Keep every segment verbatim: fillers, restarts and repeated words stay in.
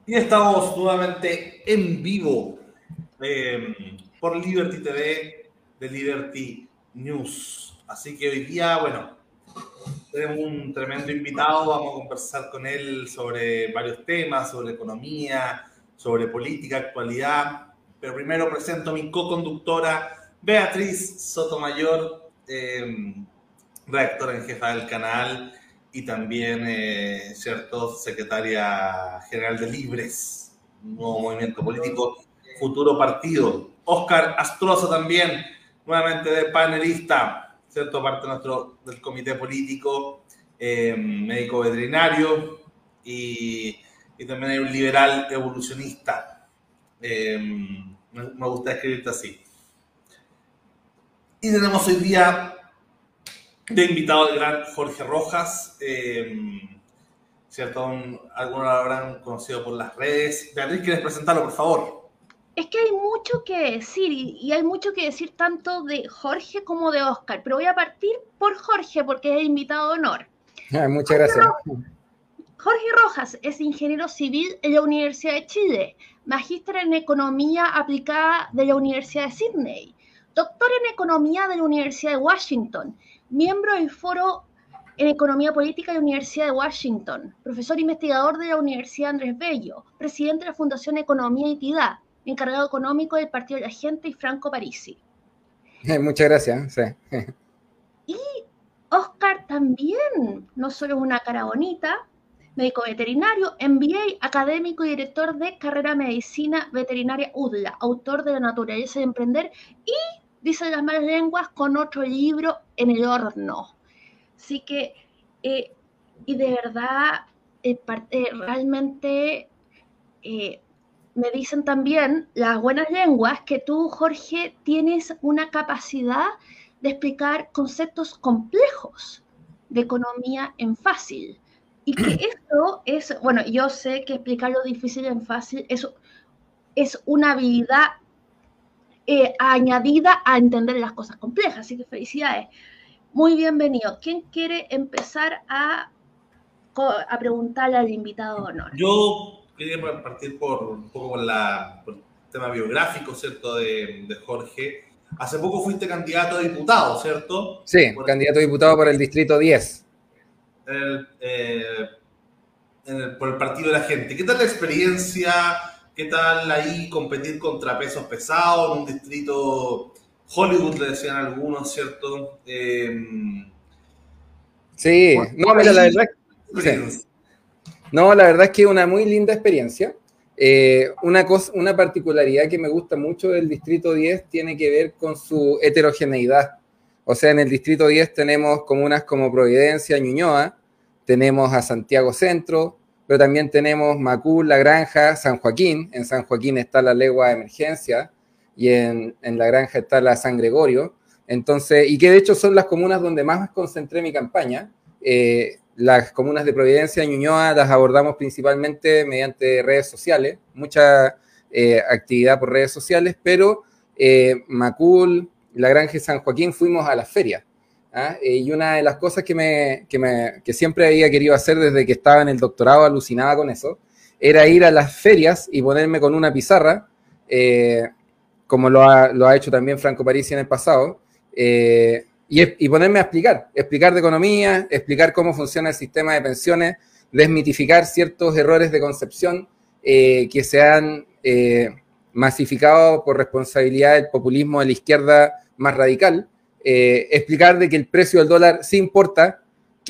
Y estamos nuevamente en vivo eh, por Liberty T V de Liberty News. Así que hoy día, bueno, tenemos un tremendo invitado. Vamos a conversar con él sobre varios temas, sobre economía, sobre política, actualidad. Pero primero presento a mi co-conductora, Beatriz Sotomayor, eh, redactora en jefa del canal y también, eh, cierto, secretaria general de Libres, un nuevo movimiento político, Futuro Partido. Óscar Astroza también, nuevamente de panelista, cierto, parte nuestro del comité político, eh, médico veterinario y, y también hay un liberal evolucionista. Eh, me, me gusta escribirte así. Y tenemos hoy día de invitado el gran Jorge Rojas, eh, ¿cierto? Algunos lo habrán conocido por las redes. Beatriz, ¿quieres presentarlo, por favor? Es que hay mucho que decir y, y hay mucho que decir tanto de Jorge como de Óscar, pero voy a partir por Jorge porque es el invitado de honor. Ah, muchas gracias. Jorge Rojas es ingeniero civil en la Universidad de Chile, magíster en Economía Aplicada de la Universidad de Sydney, doctor en Economía de la Universidad de Washington, miembro del Foro en Economía Política de la Universidad de Washington, profesor investigador de la Universidad Andrés Bello, presidente de la Fundación Economía y Equidad, encargado económico del Partido de la Gente y Franco Parisi. Muchas gracias. Sí. Y Óscar también, no solo es una cara bonita, médico veterinario, M B A, académico y director de carrera Medicina Veterinaria U D L A, autor de La Naturaleza de Emprender y, dice las malas lenguas, con otro libro en el horno. Así que, eh, y de verdad, eh, eh, realmente eh, me dicen también las buenas lenguas que tú, Jorge, tienes una capacidad de explicar conceptos complejos de economía en fácil. Y que esto es, bueno, yo sé que explicar lo difícil en fácil es, es una habilidad eh, añadida a entender las cosas complejas. Así que felicidades. Muy bienvenido. ¿Quién quiere empezar a, a preguntarle al invitado de honor? Yo quería partir por un poco por, la, por el tema biográfico, ¿cierto?, de, de Jorge. Hace poco fuiste candidato a diputado, ¿cierto? Sí, por candidato a diputado por el Distrito diez. En el, eh, en el, por el Partido de la Gente. ¿Qué tal la experiencia? ¿Qué tal ahí competir contra pesos pesados en un distrito Hollywood, le decían algunos, ¿cierto? Eh, sí, no, mira, la verdad, sí. no, la verdad es que es una muy linda experiencia. Eh, una, cosa, una particularidad que me gusta mucho del Distrito diez tiene que ver con su heterogeneidad. O sea, en el Distrito diez tenemos comunas como Providencia, Ñuñoa, tenemos a Santiago Centro, pero también tenemos Macul, La Granja, San Joaquín. En San Joaquín está la Legua de Emergencia y en, en La Granja está la San Gregorio. Entonces, y que de hecho son las comunas donde más concentré mi campaña. Eh, Las comunas de Providencia y Ñuñoa las abordamos principalmente mediante redes sociales, mucha eh, actividad por redes sociales, pero eh, Macul, La Granja y San Joaquín fuimos a las ferias. ¿ah? Eh, y una de las cosas que, me, que, me, que siempre había querido hacer desde que estaba en el doctorado, alucinaba con eso, era ir a las ferias y ponerme con una pizarra, eh, como lo ha, lo ha hecho también Franco Parisi en el pasado, eh, Y, y ponerme a explicar, explicar de economía, explicar cómo funciona el sistema de pensiones, desmitificar ciertos errores de concepción eh, que se han eh, masificado por responsabilidad del populismo de la izquierda más radical, eh, explicar de que el precio del dólar sí importa,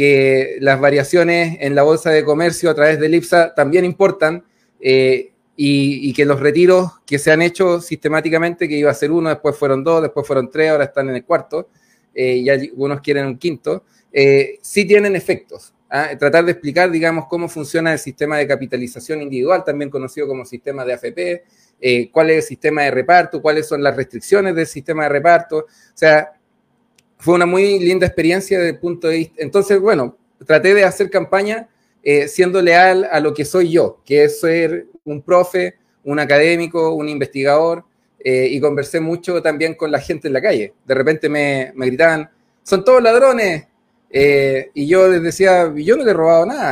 que las variaciones en la bolsa de comercio a través del IPSA también importan, eh, y, y que los retiros que se han hecho sistemáticamente, que iba a ser uno, después fueron dos, después fueron tres, ahora están en el cuarto, Eh, y algunos quieren un quinto, eh, sí tienen efectos. ¿ah? Tratar de explicar, digamos, cómo funciona el sistema de capitalización individual, también conocido como sistema de A F P, eh, cuál es el sistema de reparto, cuáles son las restricciones del sistema de reparto. O sea, fue una muy linda experiencia desde el punto de vista. Entonces, bueno, traté de hacer campaña eh, siendo leal a lo que soy yo, que es ser un profe, un académico, un investigador. Eh, y conversé mucho también con la gente en la calle. De repente me, me gritaban, son todos ladrones. Eh, y yo les decía, yo no le he robado nada.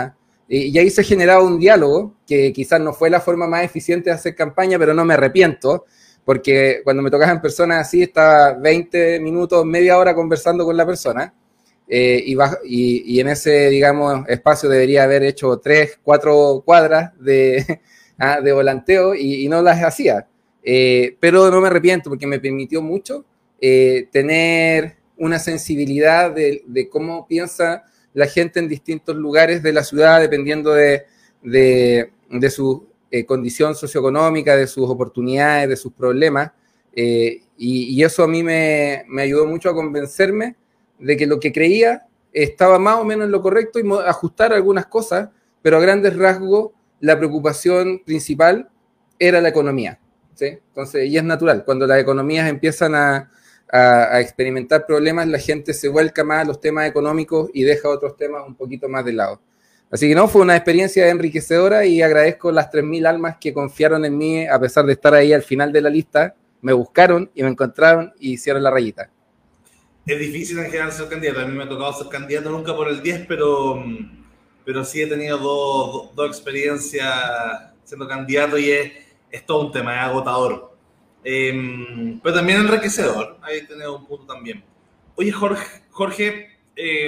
Y, y ahí se generaba un diálogo, que quizás no fue la forma más eficiente de hacer campaña, pero no me arrepiento, porque cuando me tocaban personas así, estaba veinte minutos, media hora conversando con la persona, eh, y, y, y en ese, digamos, espacio debería haber hecho tres, cuatro cuadras de, de volanteo, y, y no las hacía. Eh, pero no me arrepiento, porque me permitió mucho eh, tener una sensibilidad de, de cómo piensa la gente en distintos lugares de la ciudad, dependiendo de, de, de su eh, condición socioeconómica, de sus oportunidades, de sus problemas, eh, y, y eso a mí me, me ayudó mucho a convencerme de que lo que creía estaba más o menos en lo correcto y ajustar algunas cosas, pero a grandes rasgos la preocupación principal era la economía, ¿sí? Entonces, y es natural, cuando las economías empiezan a A, a experimentar problemas, la gente se vuelca más a los temas económicos y deja otros temas un poquito más de lado. Así que no, fue una experiencia enriquecedora y agradezco las tres mil almas que confiaron en mí, a pesar de estar ahí al final de la lista, me buscaron y me encontraron y hicieron la rayita. Es difícil en general ser candidato, a mí me ha tocado ser candidato nunca por el diez, pero, pero sí he tenido dos, dos, dos experiencias siendo candidato y es, es todo un tema, es agotador. Eh, pero también enriquecedor, ahí tenemos un punto también. Oye, Jorge, Jorge eh,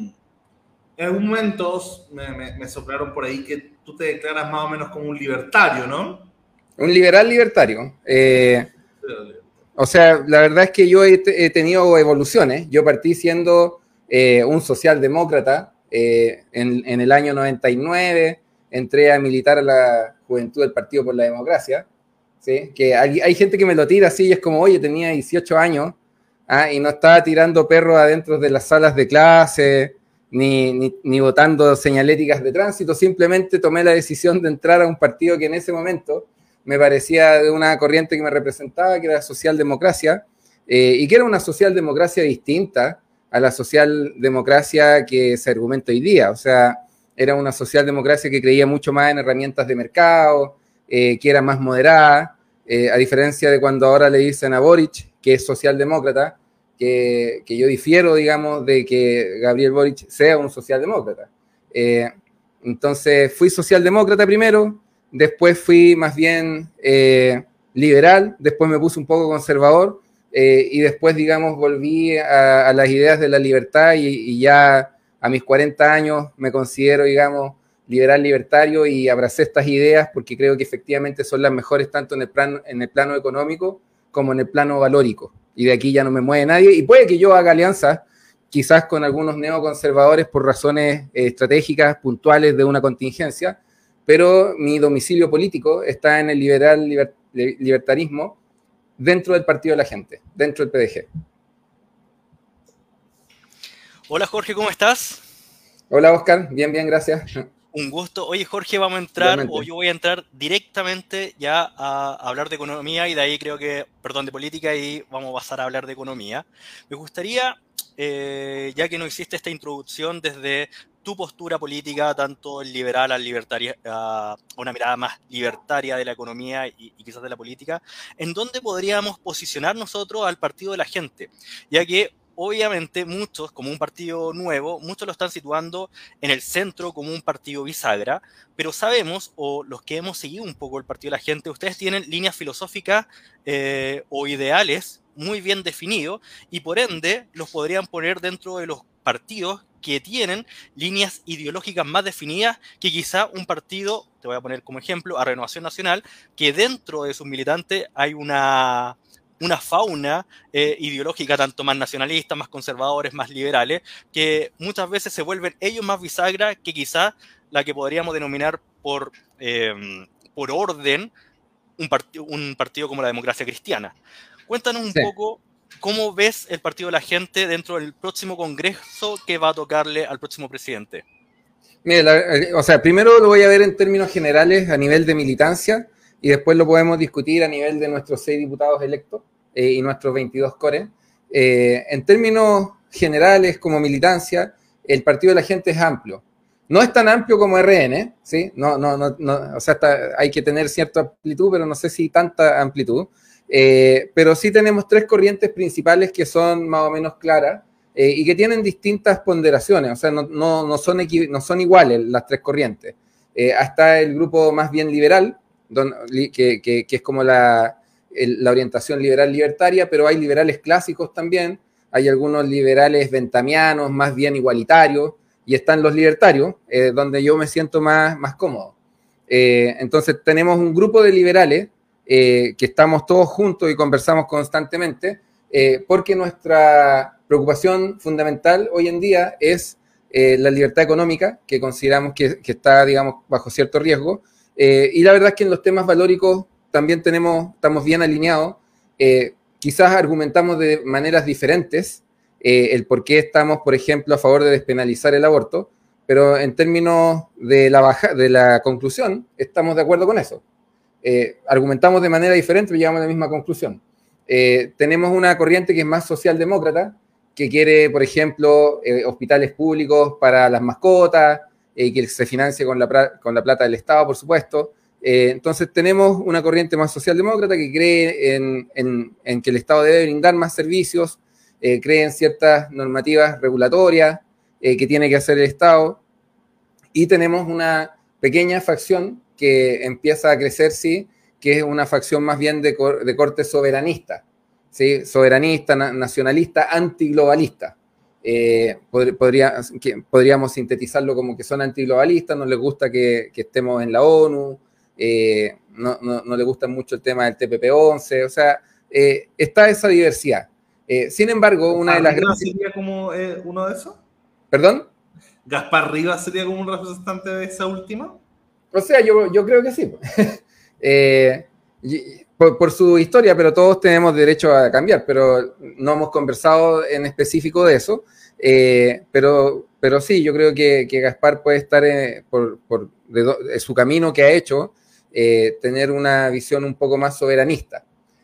en algún momento me, me, me soplaron por ahí que tú te declaras más o menos como un libertario, ¿no? Un liberal libertario. Eh, o sea, la verdad es que yo he, he tenido evoluciones. Yo partí siendo eh, un socialdemócrata eh, en, en el año noventa y nueve, entré a militar a la Juventud del Partido por la Democracia. ¿Sí? Que hay, hay gente que me lo tira así y es como, oye, tenía dieciocho años, ¿ah? Y no estaba tirando perros adentro de las salas de clase, ni, ni, ni botando señaléticas de tránsito, simplemente tomé la decisión de entrar a un partido que en ese momento me parecía de una corriente que me representaba, que era la socialdemocracia, eh, y que era una socialdemocracia distinta a la socialdemocracia que se argumenta hoy día. O sea, era una socialdemocracia que creía mucho más en herramientas de mercado, Eh, que era más moderada, eh, a diferencia de cuando ahora le dicen a Boric, que es socialdemócrata, que, que yo difiero, digamos, de que Gabriel Boric sea un socialdemócrata. Eh, entonces, fui socialdemócrata primero, después fui más bien eh, liberal, después me puse un poco conservador, eh, y después, digamos, volví a, a las ideas de la libertad y, y ya a mis cuarenta años me considero, digamos, liberal libertario y abracé estas ideas porque creo que efectivamente son las mejores tanto en el plano, en el plano económico como en el plano valórico. Y de aquí ya no me mueve nadie. Y puede que yo haga alianzas quizás con algunos neoconservadores por razones eh, estratégicas puntuales de una contingencia, pero mi domicilio político está en el liberal liber, libertarismo dentro del Partido de la Gente, dentro del P D G. Hola Jorge, ¿cómo estás? Hola Oscar, bien, bien, gracias. Un gusto. Oye, Jorge, vamos a entrar, Realmente. o yo voy a entrar directamente ya a hablar de economía y de ahí creo que, perdón, de política y vamos a pasar a hablar de economía. Me gustaría, eh, ya que no hiciste esta introducción desde tu postura política, tanto liberal a, libertaria, a una mirada más libertaria de la economía y, y quizás de la política, ¿en dónde podríamos posicionar nosotros al Partido de la Gente? Ya que obviamente muchos, como un partido nuevo, muchos lo están situando en el centro como un partido bisagra, pero sabemos, o los que hemos seguido un poco el Partido de la Gente, ustedes tienen líneas filosóficas eh, o ideales muy bien definidos y por ende los podrían poner dentro de los partidos que tienen líneas ideológicas más definidas que quizá un partido, te voy a poner como ejemplo, a Renovación Nacional, que dentro de sus militantes hay una... una fauna eh, ideológica tanto más nacionalista, más conservadores, más liberales, que muchas veces se vuelven ellos más bisagra que quizás la que podríamos denominar por, eh, por orden un, part un partido como la Democracia Cristiana. Cuéntanos un sí. poco cómo ves el Partido de la Gente dentro del próximo congreso que va a tocarle al próximo presidente. Mire, la, o sea, primero lo voy a ver en términos generales a nivel de militancia y después lo podemos discutir a nivel de nuestros seis diputados electos eh, y nuestros veintidós cores. Eh, en términos generales, como militancia, el Partido de la Gente es amplio. No es tan amplio como R N, ¿sí? No, no, no, no, o sea, está, hay que tener cierta amplitud, pero no sé si tanta amplitud. Eh, pero sí tenemos tres corrientes principales que son más o menos claras eh, y que tienen distintas ponderaciones, o sea, no, no, no, son, no son iguales las tres corrientes. Eh, hasta el grupo más bien liberal, don, que, que, que es como la, el, la orientación liberal libertaria, pero hay liberales clásicos también, hay algunos liberales bentamianos, más bien igualitarios, y están los libertarios, eh, donde yo me siento más, más cómodo. Eh, entonces tenemos un grupo de liberales eh, que estamos todos juntos y conversamos constantemente, eh, porque nuestra preocupación fundamental hoy en día es eh, la libertad económica, que consideramos que, que está, digamos, bajo cierto riesgo, eh, y la verdad es que en los temas valóricos también tenemos, estamos bien alineados, eh, quizás argumentamos de maneras diferentes eh, el por qué estamos, por ejemplo, a favor de despenalizar el aborto, pero en términos de la, baja, de la conclusión, estamos de acuerdo con eso. Eh, argumentamos de manera diferente, pero llegamos a la misma conclusión. Eh, tenemos una corriente que es más socialdemócrata, que quiere, por ejemplo, eh, hospitales públicos para las mascotas, eh, que se financie con la, con la plata del Estado, por supuesto. Eh, entonces tenemos una corriente más socialdemócrata que cree en, en, en que el Estado debe brindar más servicios, eh, cree en ciertas normativas regulatorias eh, que tiene que hacer el Estado, y tenemos una pequeña facción que empieza a crecer, sí, que es una facción más bien de, cor de corte soberanista, ¿sí? Soberanista, na nacionalista, antiglobalista. Eh, pod podría, que, podríamos sintetizarlo como que son antiglobalistas, no les gusta que, que estemos en la ONU, eh, no, no, no les gusta mucho el tema del T P P once, o sea, eh, está esa diversidad. Eh, sin embargo, una de las grandes... ¿Sería como eh, uno de esos? ¿Perdón? ¿Gaspar Rivas sería como un representante de esa última? O sea, yo, yo creo que sí. eh, por, por su historia, pero todos tenemos derecho a cambiar, pero no hemos conversado en específico de eso. Eh, pero, pero sí, yo creo que, que Gaspar puede estar eh, por, por de do, de su camino que ha hecho, eh, tener una visión un poco más soberanista.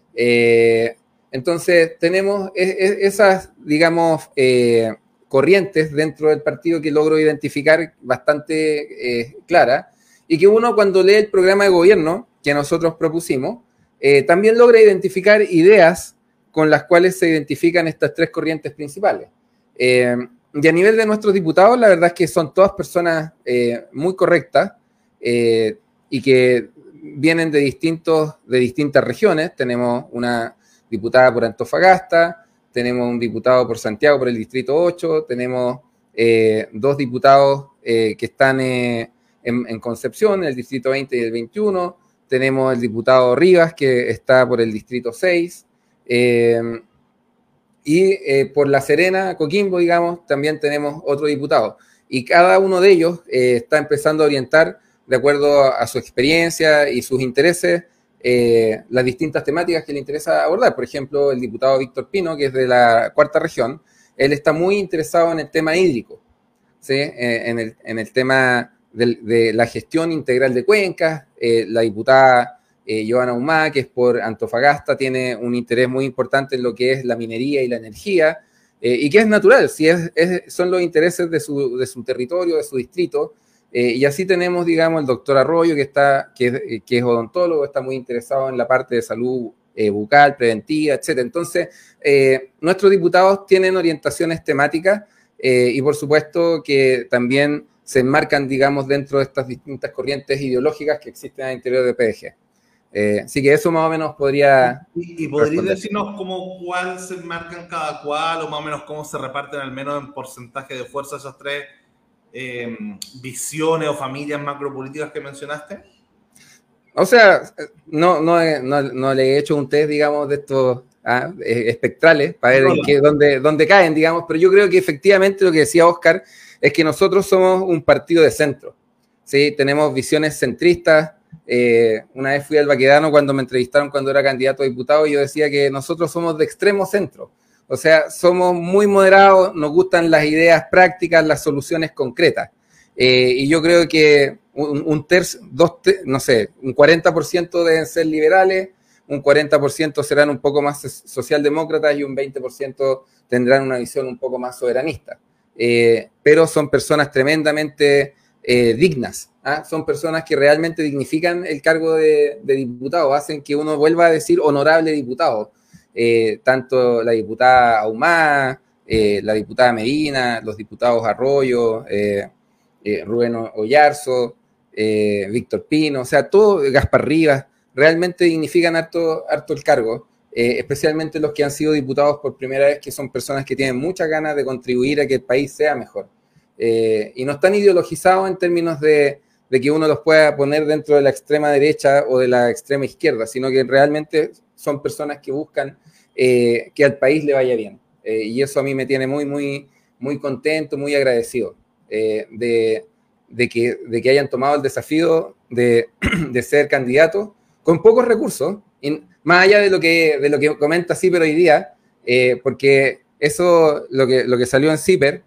Eh, entonces, tenemos es, es, esas, digamos, eh, corrientes dentro del partido que logro identificar bastante eh, clara, y que uno cuando lee el programa de gobierno que nosotros propusimos, eh, también logra identificar ideas con las cuales se identifican estas tres corrientes principales. Eh, y a nivel de nuestros diputados, la verdad es que son todas personas eh, muy correctas eh, y que vienen de, distintos, de distintas regiones. Tenemos una diputada por Antofagasta, tenemos un diputado por Santiago, por el Distrito ocho, tenemos eh, dos diputados eh, que están eh, en, en Concepción, en el Distrito veinte y el veintiuno, tenemos el diputado Rivas, que está por el Distrito seis, eh, y eh, por La Serena, Coquimbo, digamos, también tenemos otro diputado. Y cada uno de ellos eh, está empezando a orientar, de acuerdo a, a su experiencia y sus intereses, Eh, las distintas temáticas que le interesa abordar. Por ejemplo, el diputado Víctor Pino, que es de la cuarta región, él está muy interesado en el tema hídrico, ¿sí? eh, en, el, en el tema de, de la gestión integral de cuencas. Eh, la diputada eh, Joana Humá, que es por Antofagasta, tiene un interés muy importante en lo que es la minería y la energía, eh, y que es natural, si es, es, son los intereses de su, de su territorio, de su distrito. Eh, y así tenemos, digamos, el doctor Arroyo, que, está, que, que es odontólogo, está muy interesado en la parte de salud eh, bucal, preventiva, etcétera. Entonces, eh, nuestros diputados tienen orientaciones temáticas eh, y, por supuesto, que también se enmarcan, digamos, dentro de estas distintas corrientes ideológicas que existen al interior de P D G. Eh, así que eso más o menos podría... ¿Y, y podrías decirnos cómo, cuál se enmarcan cada cual, o más o menos cómo se reparten al menos en porcentaje de fuerza esos tres Eh, visiones o familias macropolíticas que mencionaste? O sea, no, no, no, no le he hecho un test, digamos, de estos ah, espectrales para ver no, en qué, dónde, dónde caen, digamos, pero yo creo que efectivamente lo que decía Oscar es que nosotros somos un partido de centro, ¿sí? Tenemos visiones centristas. Eh, una vez fui al Baquedano cuando me entrevistaron cuando era candidato a diputado y yo decía que nosotros somos de extremo centro. O sea, somos muy moderados, nos gustan las ideas prácticas, las soluciones concretas. Eh, y yo creo que un, un tercio, dos, ter, no sé, un cuarenta por ciento deben ser liberales, un cuarenta por ciento serán un poco más socialdemócratas y un veinte por ciento tendrán una visión un poco más soberanista. Eh, pero son personas tremendamente eh, dignas, ¿ah? Son personas que realmente dignifican el cargo de, de diputado, hacen que uno vuelva a decir honorable diputado. Eh, tanto la diputada Ahumada eh, la diputada Medina, los diputados Arroyo, eh, eh, Rubén Oyarzo, eh, Víctor Pino, o sea, todo, Gaspar Rivas, realmente dignifican harto, harto el cargo, eh, especialmente los que han sido diputados por primera vez, que son personas que tienen muchas ganas de contribuir a que el país sea mejor. Eh, y no están ideologizados en términos de, de que uno los pueda poner dentro de la extrema derecha o de la extrema izquierda, sino que realmente son personas que buscan eh, que al país le vaya bien. Eh, y eso a mí me tiene muy, muy, muy contento, muy agradecido eh, de, de, que, de que hayan tomado el desafío de, de ser candidatos con pocos recursos, y más allá de lo que, de lo que comenta CIPER hoy día, eh, porque eso, lo que, lo que salió en CIPER,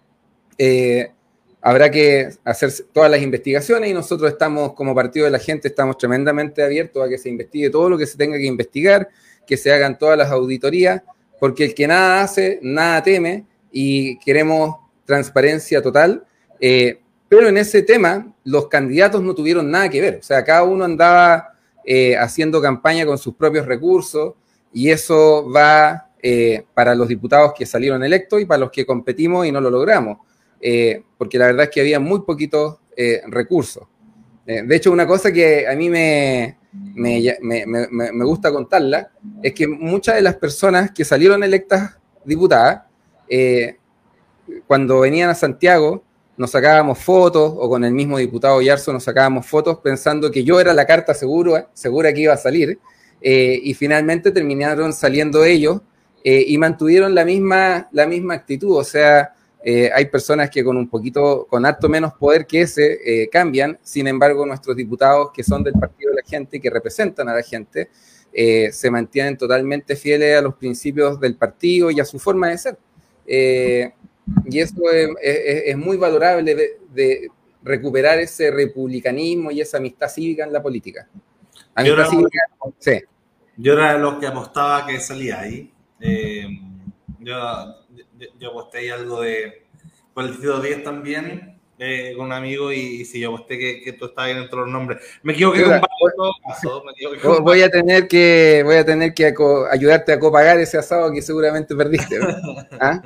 eh, habrá que hacer todas las investigaciones y nosotros estamos, como Partido de la Gente, estamos tremendamente abiertos a que se investigue todo lo que se tenga que investigar, que se hagan todas las auditorías, porque el que nada hace, nada teme, y queremos transparencia total, eh, pero en ese tema los candidatos no tuvieron nada que ver, o sea, cada uno andaba eh, haciendo campaña con sus propios recursos, y eso va eh, para los diputados que salieron electos y para los que competimos y no lo logramos, eh, porque la verdad es que había muy poquitos eh, recursos. Eh, de hecho, una cosa que a mí me, me, me, me, me gusta contarla es que muchas de las personas que salieron electas diputadas, eh, cuando venían a Santiago, nos sacábamos fotos, o con el mismo diputado Yarzo nos sacábamos fotos pensando que yo era la carta segura, segura que iba a salir, eh, y finalmente terminaron saliendo ellos eh, y mantuvieron la misma, la misma actitud, o sea, Eh, hay personas que con un poquito, con harto menos poder que ese, eh, cambian. Sin embargo, nuestros diputados que son del Partido de la Gente y que representan a la gente, eh, se mantienen totalmente fieles a los principios del partido y a su forma de ser. Eh, y eso es, es, es muy valorable de, de recuperar ese republicanismo y esa amistad cívica en la política. Amistad yo, era, cívica, sí. Yo era de los que apostaba que salía ahí. Eh, yo... Yo, yo aposté ahí algo de por el distrito diez también, eh, con un amigo, y, y sí, yo aposté que, que tú estabas bien en todos los nombres. Me equivoqué con varios casos. Me equivoqué con voy, a tener que, voy a tener que ayudarte a copagar ese asado que seguramente perdiste. ¿Ah?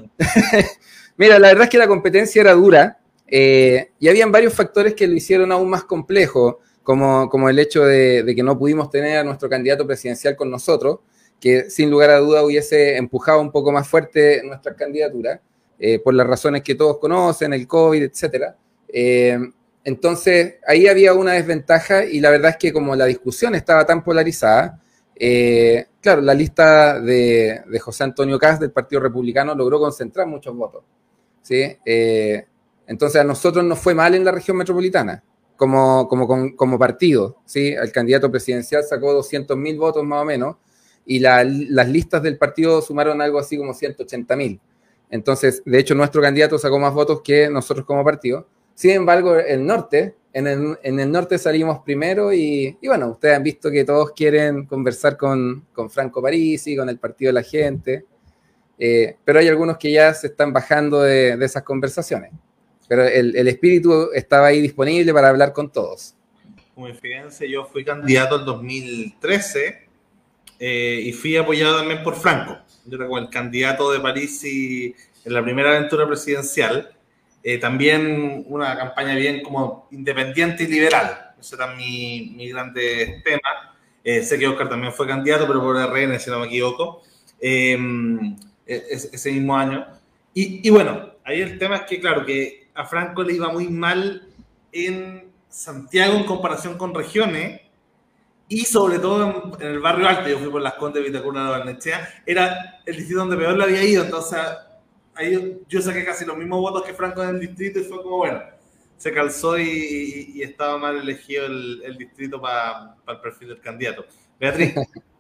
Mira, la verdad es que la competencia era dura, eh, y habían varios factores que lo hicieron aún más complejo, como, como el hecho de, de que no pudimos tener a nuestro candidato presidencial con nosotros, que sin lugar a duda hubiese empujado un poco más fuerte nuestra candidatura, eh, por las razones que todos conocen, el COVID, etcétera. Eh, entonces, ahí había una desventaja, y la verdad es que como la discusión estaba tan polarizada, eh, claro, la lista de, de José Antonio Kast del Partido Republicano logró concentrar muchos votos, ¿sí? Eh, entonces, a nosotros nos fue mal en la región metropolitana, como, como, como, como partido, ¿sí? El candidato presidencial sacó doscientos mil votos más o menos, y la, las listas del partido sumaron algo así como ciento ochenta mil. Entonces, de hecho, nuestro candidato sacó más votos que nosotros como partido. Sin embargo, el norte, en el, en el norte salimos primero, y, y bueno, ustedes han visto que todos quieren conversar con, con Franco Parisi, con el Partido de la Gente, eh, pero hay algunos que ya se están bajando de, de esas conversaciones. Pero el, el espíritu estaba ahí disponible para hablar con todos. Como fíjense, yo fui candidato en dos mil trece, Eh, y fui apoyado también por Franco. Yo era como el candidato de Parisi en la primera aventura presidencial. Eh, también una campaña bien como independiente y liberal. Ese era mi, mi grande tema. Eh, sé que Oscar también fue candidato, pero por R N, si no me equivoco, eh, ese, ese mismo año. Y, y bueno, ahí el tema es que, claro, que a Franco le iba muy mal en Santiago en comparación con regiones, y sobre todo en, en el barrio alto. Yo fui por Las Condes, Vitacura, de Barnechea, era el distrito donde peor le había ido, entonces ahí yo, yo saqué casi los mismos votos que Franco en el distrito, y fue como, bueno, se calzó, y, y, y estaba mal elegido el, el distrito para pa el perfil del candidato. Beatriz.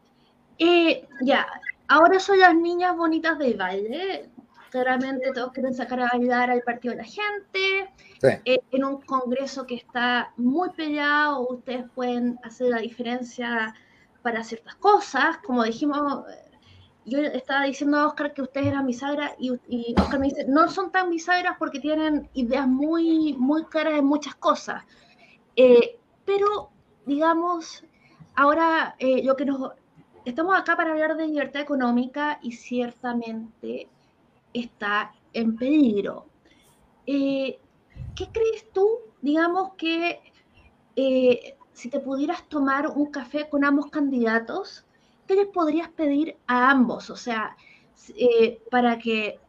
Eh, ya, ahora son las niñas bonitas del Valle. Claramente todos quieren sacar a ayudar al Partido de la Gente. Sí. Eh, en un congreso que está muy peleado, ustedes pueden hacer la diferencia para ciertas cosas. Como dijimos, yo estaba diciendo a Oscar que ustedes eran bisagras, y, y Oscar me dice, no son tan bisagras porque tienen ideas muy, muy claras en muchas cosas. Eh, pero, digamos, ahora eh, lo que nos... Estamos acá para hablar de libertad económica, y ciertamente está en peligro. Eh, ¿Qué crees tú, digamos, que eh, si te pudieras tomar un café con ambos candidatos, qué les podrías pedir a ambos? O sea, eh, para que,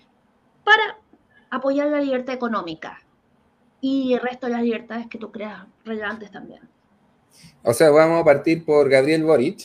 para apoyar la libertad económica y el resto de las libertades que tú creas relevantes también. O sea, vamos a partir por Gabriel Boric.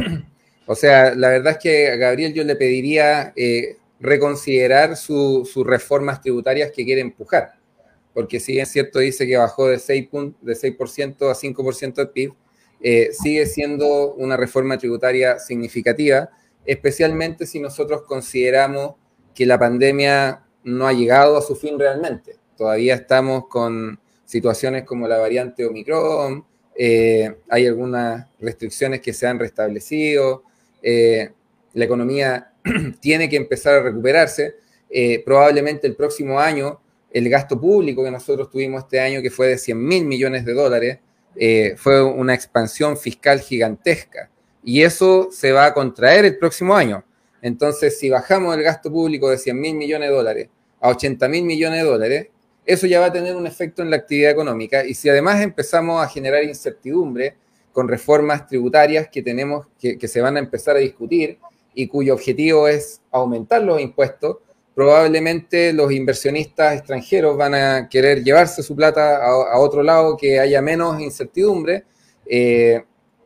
O sea, la verdad es que a Gabriel yo le pediría eh, reconsiderar su, sus reformas tributarias que quiere empujar. Porque si es cierto, dice que bajó de seis por ciento a cinco por ciento del P I B, eh, sigue siendo una reforma tributaria significativa, especialmente si nosotros consideramos que la pandemia no ha llegado a su fin realmente. Todavía estamos con situaciones como la variante Omicron, eh, hay algunas restricciones que se han restablecido, eh, la economía tiene que empezar a recuperarse, eh, probablemente el próximo año el gasto público que nosotros tuvimos este año, que fue de cien mil millones de dólares, eh, fue una expansión fiscal gigantesca. Y eso se va a contraer el próximo año. Entonces, si bajamos el gasto público de cien mil millones de dólares a ochenta mil millones de dólares, eso ya va a tener un efecto en la actividad económica. Y si además empezamos a generar incertidumbre con reformas tributarias que tenemos, que, que se van a empezar a discutir y cuyo objetivo es aumentar los impuestos, probablemente los inversionistas extranjeros van a querer llevarse su plata a, a otro lado que haya menos incertidumbre, eh,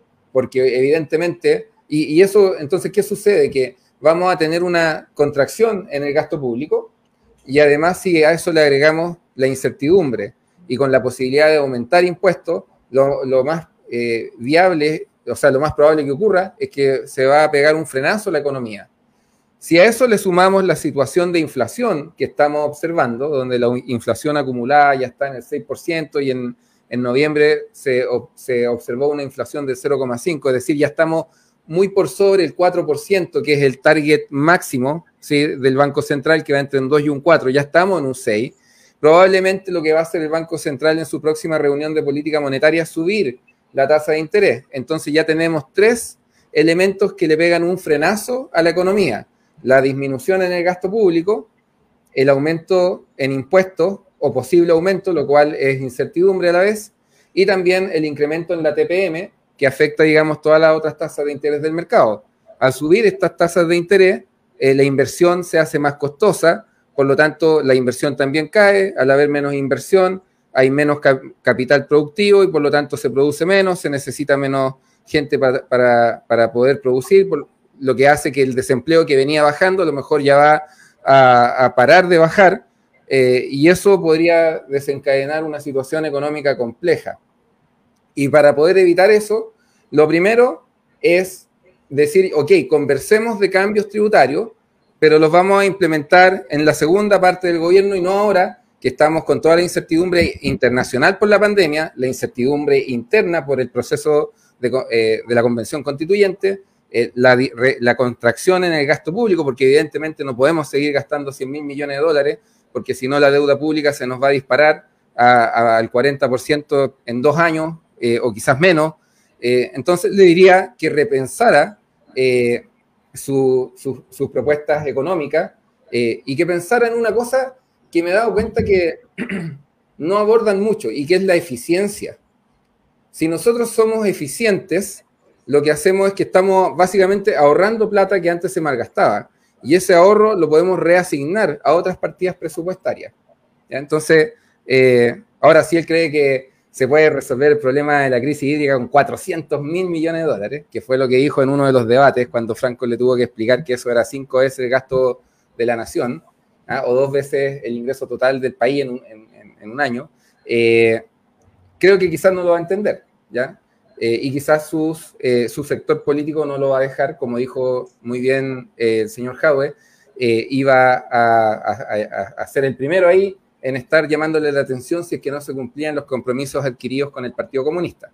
porque evidentemente, y, y eso, entonces, ¿qué sucede? Que vamos a tener una contracción en el gasto público y además si a eso le agregamos la incertidumbre y con la posibilidad de aumentar impuestos, lo, lo más eh, viable, o sea, lo más probable que ocurra es que se va a pegar un frenazo a la economía. Si a eso le sumamos la situación de inflación que estamos observando, donde la inflación acumulada ya está en el seis por ciento y en, en noviembre se, se observó una inflación de cero coma cinco, es decir, ya estamos muy por sobre el cuatro por ciento, que es el target máximo, ¿sí?, del Banco Central, que va entre un dos y un cuatro, ya estamos en un seis. Probablemente lo que va a hacer el Banco Central en su próxima reunión de política monetaria es subir la tasa de interés. Entonces ya tenemos tres elementos que le pegan un frenazo a la economía. La disminución en el gasto público, el aumento en impuestos o posible aumento, lo cual es incertidumbre a la vez, y también el incremento en la T P M, que afecta, digamos, todas las otras tasas de interés del mercado. Al subir estas tasas de interés, eh, la inversión se hace más costosa, por lo tanto, la inversión también cae, al haber menos inversión, hay menos cap capital productivo y por lo tanto se produce menos, se necesita menos gente para, para, para poder producir, por, lo que hace que el desempleo que venía bajando a lo mejor ya va a, a parar de bajar, eh, y eso podría desencadenar una situación económica compleja. Y para poder evitar eso, lo primero es decir, ok, conversemos de cambios tributarios, pero los vamos a implementar en la segunda parte del gobierno y no ahora, que estamos con toda la incertidumbre internacional por la pandemia, la incertidumbre interna por el proceso de, eh, de la Convención Constituyente, Eh, la, la contracción en el gasto público, porque evidentemente no podemos seguir gastando cien mil millones de dólares, porque si no la deuda pública se nos va a disparar a, a, al cuarenta por ciento en dos años, eh, o quizás menos. Eh, entonces le diría que repensara eh, su, su, sus propuestas económicas eh, y que pensara en una cosa que me he dado cuenta que no abordan mucho y que es la eficiencia. Si nosotros somos eficientes, lo que hacemos es que estamos básicamente ahorrando plata que antes se malgastaba. Y ese ahorro lo podemos reasignar a otras partidas presupuestarias. ¿Ya? Entonces, eh, ahora sí él cree que se puede resolver el problema de la crisis hídrica con cuatrocientos mil millones de dólares, que fue lo que dijo en uno de los debates cuando Franco le tuvo que explicar que eso era cinco veces el gasto de la nación, ¿ah?, o dos veces el ingreso total del país en un, en, en un año. Eh, creo que quizás no lo va a entender, ¿ya? Eh, y quizás sus, eh, su sector político no lo va a dejar, como dijo muy bien eh, el señor Jadwe, eh, iba a, a, a, a ser el primero ahí en estar llamándole la atención si es que no se cumplían los compromisos adquiridos con el Partido Comunista.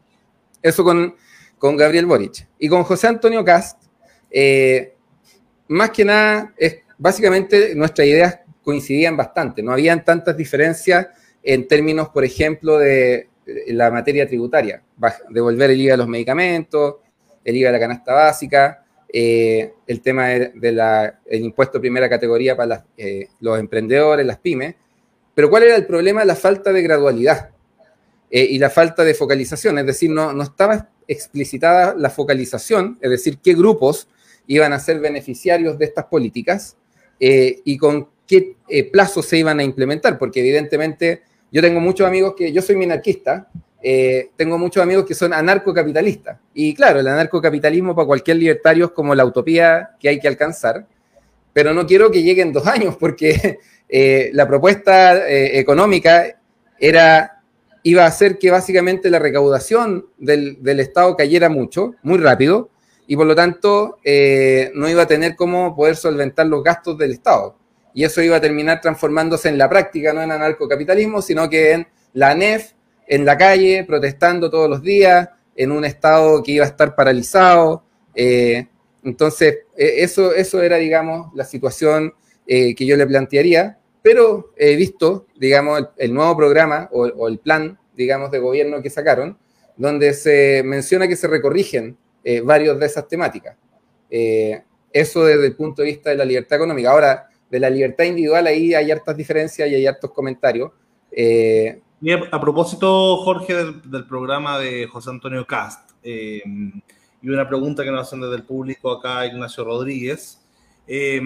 Eso con, con Gabriel Boric. Y con José Antonio Kast, eh, más que nada, es, básicamente nuestras ideas coincidían bastante, no habían tantas diferencias en términos, por ejemplo, de la materia tributaria, devolver el I V A a los medicamentos, el I V A a la canasta básica, eh, el tema del de la, el impuesto de primera categoría para las, eh, los emprendedores, las pymes. Pero ¿cuál era el problema? La falta de gradualidad eh, y la falta de focalización. Es decir, no, no estaba explicitada la focalización, es decir, qué grupos iban a ser beneficiarios de estas políticas eh, y con qué eh, plazos se iban a implementar, porque evidentemente yo tengo muchos amigos que, yo soy minarquista, eh, tengo muchos amigos que son anarcocapitalistas, y claro, el anarcocapitalismo para cualquier libertario es como la utopía que hay que alcanzar, pero no quiero que lleguen dos años, porque eh, la propuesta eh, económica era, iba a hacer que básicamente la recaudación del, del Estado cayera mucho, muy rápido, y por lo tanto eh, no iba a tener cómo poder solventar los gastos del Estado. Y eso iba a terminar transformándose en la práctica, no en anarcocapitalismo, sino que en la A N E F, en la calle, protestando todos los días, en un Estado que iba a estar paralizado. Eh, entonces, eh, eso, eso era, digamos, la situación eh, que yo le plantearía, pero he visto, digamos, el, el nuevo programa o, o el plan, digamos, de gobierno que sacaron, donde se menciona que se recorrigen eh, varios de esas temáticas. Eh, eso desde el punto de vista de la libertad económica. Ahora, de la libertad individual, ahí hay hartas diferencias y hay hartos comentarios. Eh, y a, a propósito, Jorge, del, del programa de José Antonio Cast, eh, y una pregunta que nos hacen desde el público acá, Ignacio Rodríguez, eh,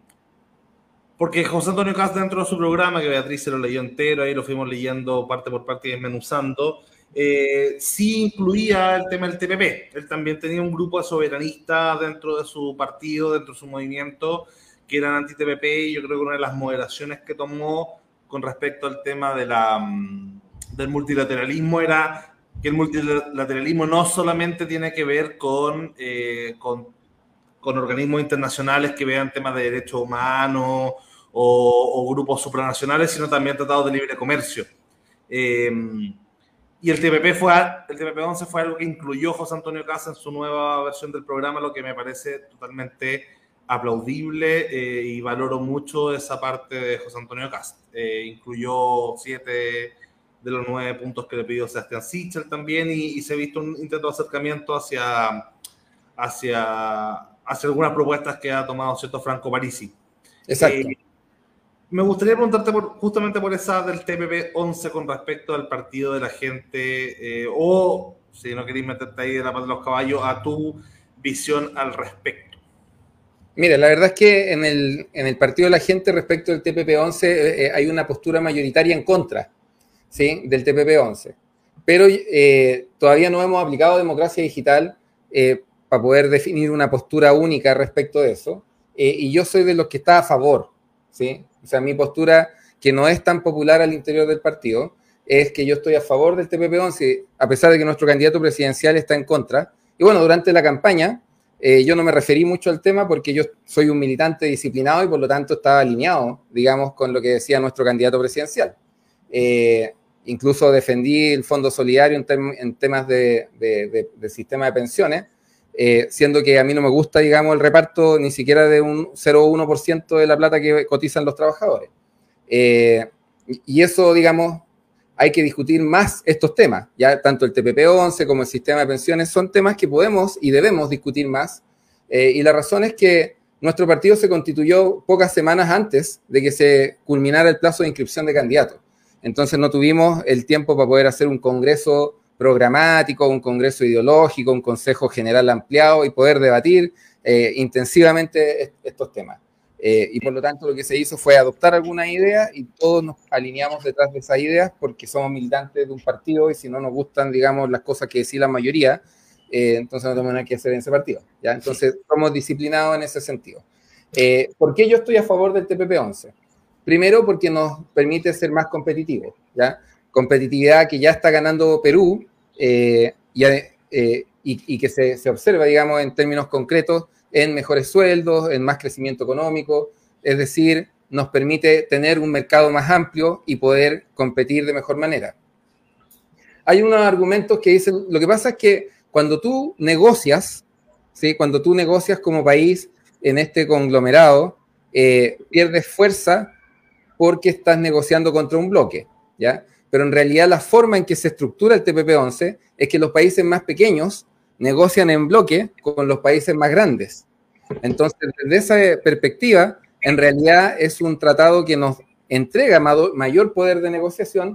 porque José Antonio Cast, dentro de su programa, que Beatriz se lo leyó entero, ahí lo fuimos leyendo parte por parte y desmenuzando, eh, sí incluía el tema del T P P. Él también tenía un grupo de soberanistas dentro de su partido, dentro de su movimiento, que eran anti-T P P, y yo creo que una de las moderaciones que tomó con respecto al tema de la, del multilateralismo era que el multilateralismo no solamente tiene que ver con, eh, con, con organismos internacionales que vean temas de derechos humanos o, o grupos supranacionales, sino también tratados de libre comercio. Eh, y el T P P fue, el T P P once fue algo que incluyó José Antonio Cast en su nueva versión del programa, lo que me parece totalmente aplaudible, eh, y valoro mucho esa parte de José Antonio Cast. Eh, incluyó siete de los nueve puntos que le pidió Sebastián Sichel también, y, y se ha visto un intento de acercamiento hacia, hacia, hacia algunas propuestas que ha tomado cierto Franco Parisi. Exacto. Eh, me gustaría preguntarte por, justamente por esa del T P P once con respecto al partido de la gente, eh, o si no queréis meterte ahí de la pata de los caballos, a tu visión al respecto. Mira, la verdad es que en el, en el partido de la gente respecto del T P P once eh, hay una postura mayoritaria en contra, ¿sí?, del T P P once. Pero eh, todavía no hemos aplicado democracia digital eh, para poder definir una postura única respecto de eso. Eh, y yo soy de los que está a favor, ¿sí? O sea, mi postura, que no es tan popular al interior del partido, es que yo estoy a favor del T P P once, a pesar de que nuestro candidato presidencial está en contra. Y bueno, durante la campaña, Eh, yo no me referí mucho al tema porque yo soy un militante disciplinado y por lo tanto estaba alineado, digamos, con lo que decía nuestro candidato presidencial. Eh, incluso defendí el Fondo Solidario en, tem en temas de, de, de, de sistema de pensiones, eh, siendo que a mí no me gusta, digamos, el reparto ni siquiera de un cero coma uno por ciento de la plata que cotizan los trabajadores. Eh, y eso, digamos, hay que discutir más estos temas, ya tanto el T P P once como el sistema de pensiones son temas que podemos y debemos discutir más, eh, y la razón es que nuestro partido se constituyó pocas semanas antes de que se culminara el plazo de inscripción de candidatos, entonces no tuvimos el tiempo para poder hacer un congreso programático, un congreso ideológico, un consejo general ampliado y poder debatir eh, intensivamente est estos temas. Eh, y por lo tanto lo que se hizo fue adoptar algunas ideas y todos nos alineamos detrás de esas ideas porque somos militantes de un partido y si no nos gustan, digamos, las cosas que decía la mayoría, eh, entonces no tenemos nada que hacer en ese partido, ¿ya? Entonces somos disciplinados en ese sentido. Eh, ¿Por qué yo estoy a favor del T P P once? Primero porque nos permite ser más competitivos, ¿ya? Competitividad que ya está ganando Perú eh, y, eh, y, y que se, se observa, digamos, en términos concretos, en mejores sueldos, en más crecimiento económico, es decir, nos permite tener un mercado más amplio y poder competir de mejor manera. Hay unos argumentos que dicen, lo que pasa es que cuando tú negocias, ¿sí?, cuando tú negocias como país en este conglomerado, eh, pierdes fuerza porque estás negociando contra un bloque, ¿ya? Pero en realidad la forma en que se estructura el T P P once es que los países más pequeños negocian en bloque con los países más grandes, Entonces, desde esa perspectiva, en realidad es un tratado que nos entrega mayor poder de negociación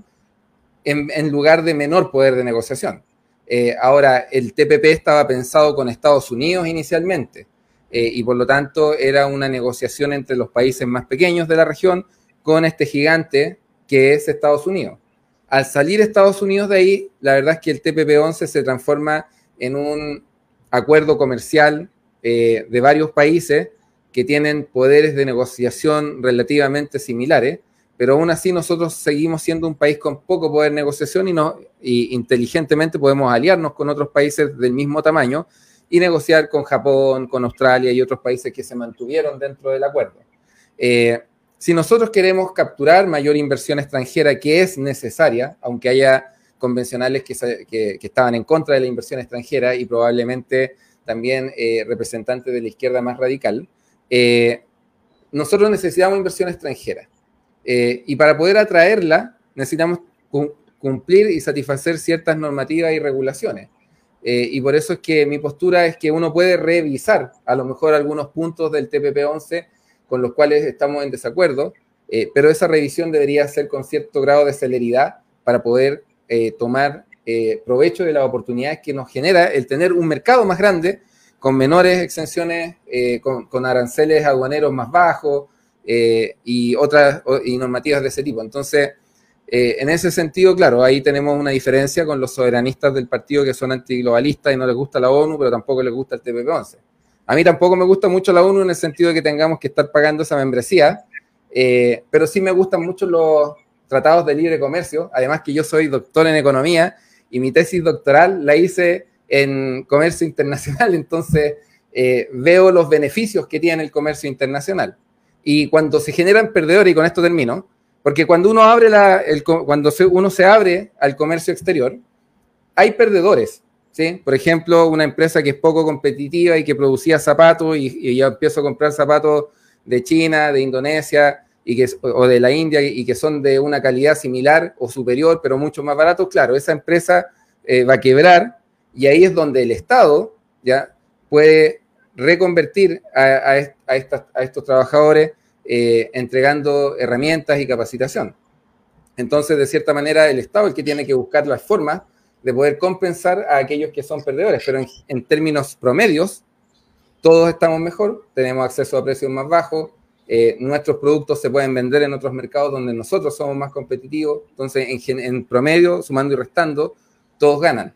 en, en lugar de menor poder de negociación. Eh, ahora, el T P P estaba pensado con Estados Unidos inicialmente, eh, y por lo tanto era una negociación entre los países más pequeños de la región con este gigante que es Estados Unidos. Al salir Estados Unidos de ahí, la verdad es que el T P P once se transforma en un acuerdo comercial eh, de varios países que tienen poderes de negociación relativamente similares, pero aún así nosotros seguimos siendo un país con poco poder de negociación y, no, y inteligentemente podemos aliarnos con otros países del mismo tamaño y negociar con Japón, con Australia y otros países que se mantuvieron dentro del acuerdo. Eh, si nosotros queremos capturar mayor inversión extranjera, que es necesaria, aunque haya convencionales que, que, que estaban en contra de la inversión extranjera y probablemente también eh, representantes de la izquierda más radical, eh, nosotros necesitamos inversión extranjera. Eh, y para poder atraerla, necesitamos cumplir y satisfacer ciertas normativas y regulaciones. Eh, y por eso es que mi postura es que uno puede revisar a lo mejor algunos puntos del T P P once con los cuales estamos en desacuerdo, eh, pero esa revisión debería ser con cierto grado de celeridad para poder eh, tomar eh, provecho de las oportunidades que nos genera el tener un mercado más grande, con menores exenciones, eh, con, con aranceles aduaneros más bajos, Eh, y otras y normativas de ese tipo. Entonces, eh, en ese sentido, claro, ahí tenemos una diferencia con los soberanistas del partido que son antiglobalistas y no les gusta la ONU, pero tampoco les gusta el T P P once. A mí tampoco me gusta mucho la ONU en el sentido de que tengamos que estar pagando esa membresía, eh, pero sí me gustan mucho los tratados de libre comercio, además que yo soy doctor en economía y mi tesis doctoral la hice en comercio internacional, entonces eh, veo los beneficios que tiene el comercio internacional. Y cuando se generan perdedores, y con esto termino, porque cuando uno abre la, el, cuando se, uno se abre al comercio exterior, hay perdedores, ¿sí? Por ejemplo, una empresa que es poco competitiva y que producía zapatos y, y ya empiezo a comprar zapatos de China, de Indonesia y que, o de la India y que son de una calidad similar o superior, pero mucho más baratos, claro, esa empresa eh, va a quebrar y ahí es donde el Estado ya puede reconvertir a, a, a, estas, a estos trabajadores eh, entregando herramientas y capacitación. Entonces, de cierta manera, el Estado es el que tiene que buscar las formas de poder compensar a aquellos que son perdedores, pero en, en términos promedios, todos estamos mejor, tenemos acceso a precios más bajos, eh, nuestros productos se pueden vender en otros mercados donde nosotros somos más competitivos, entonces, en, en promedio, sumando y restando, todos ganan.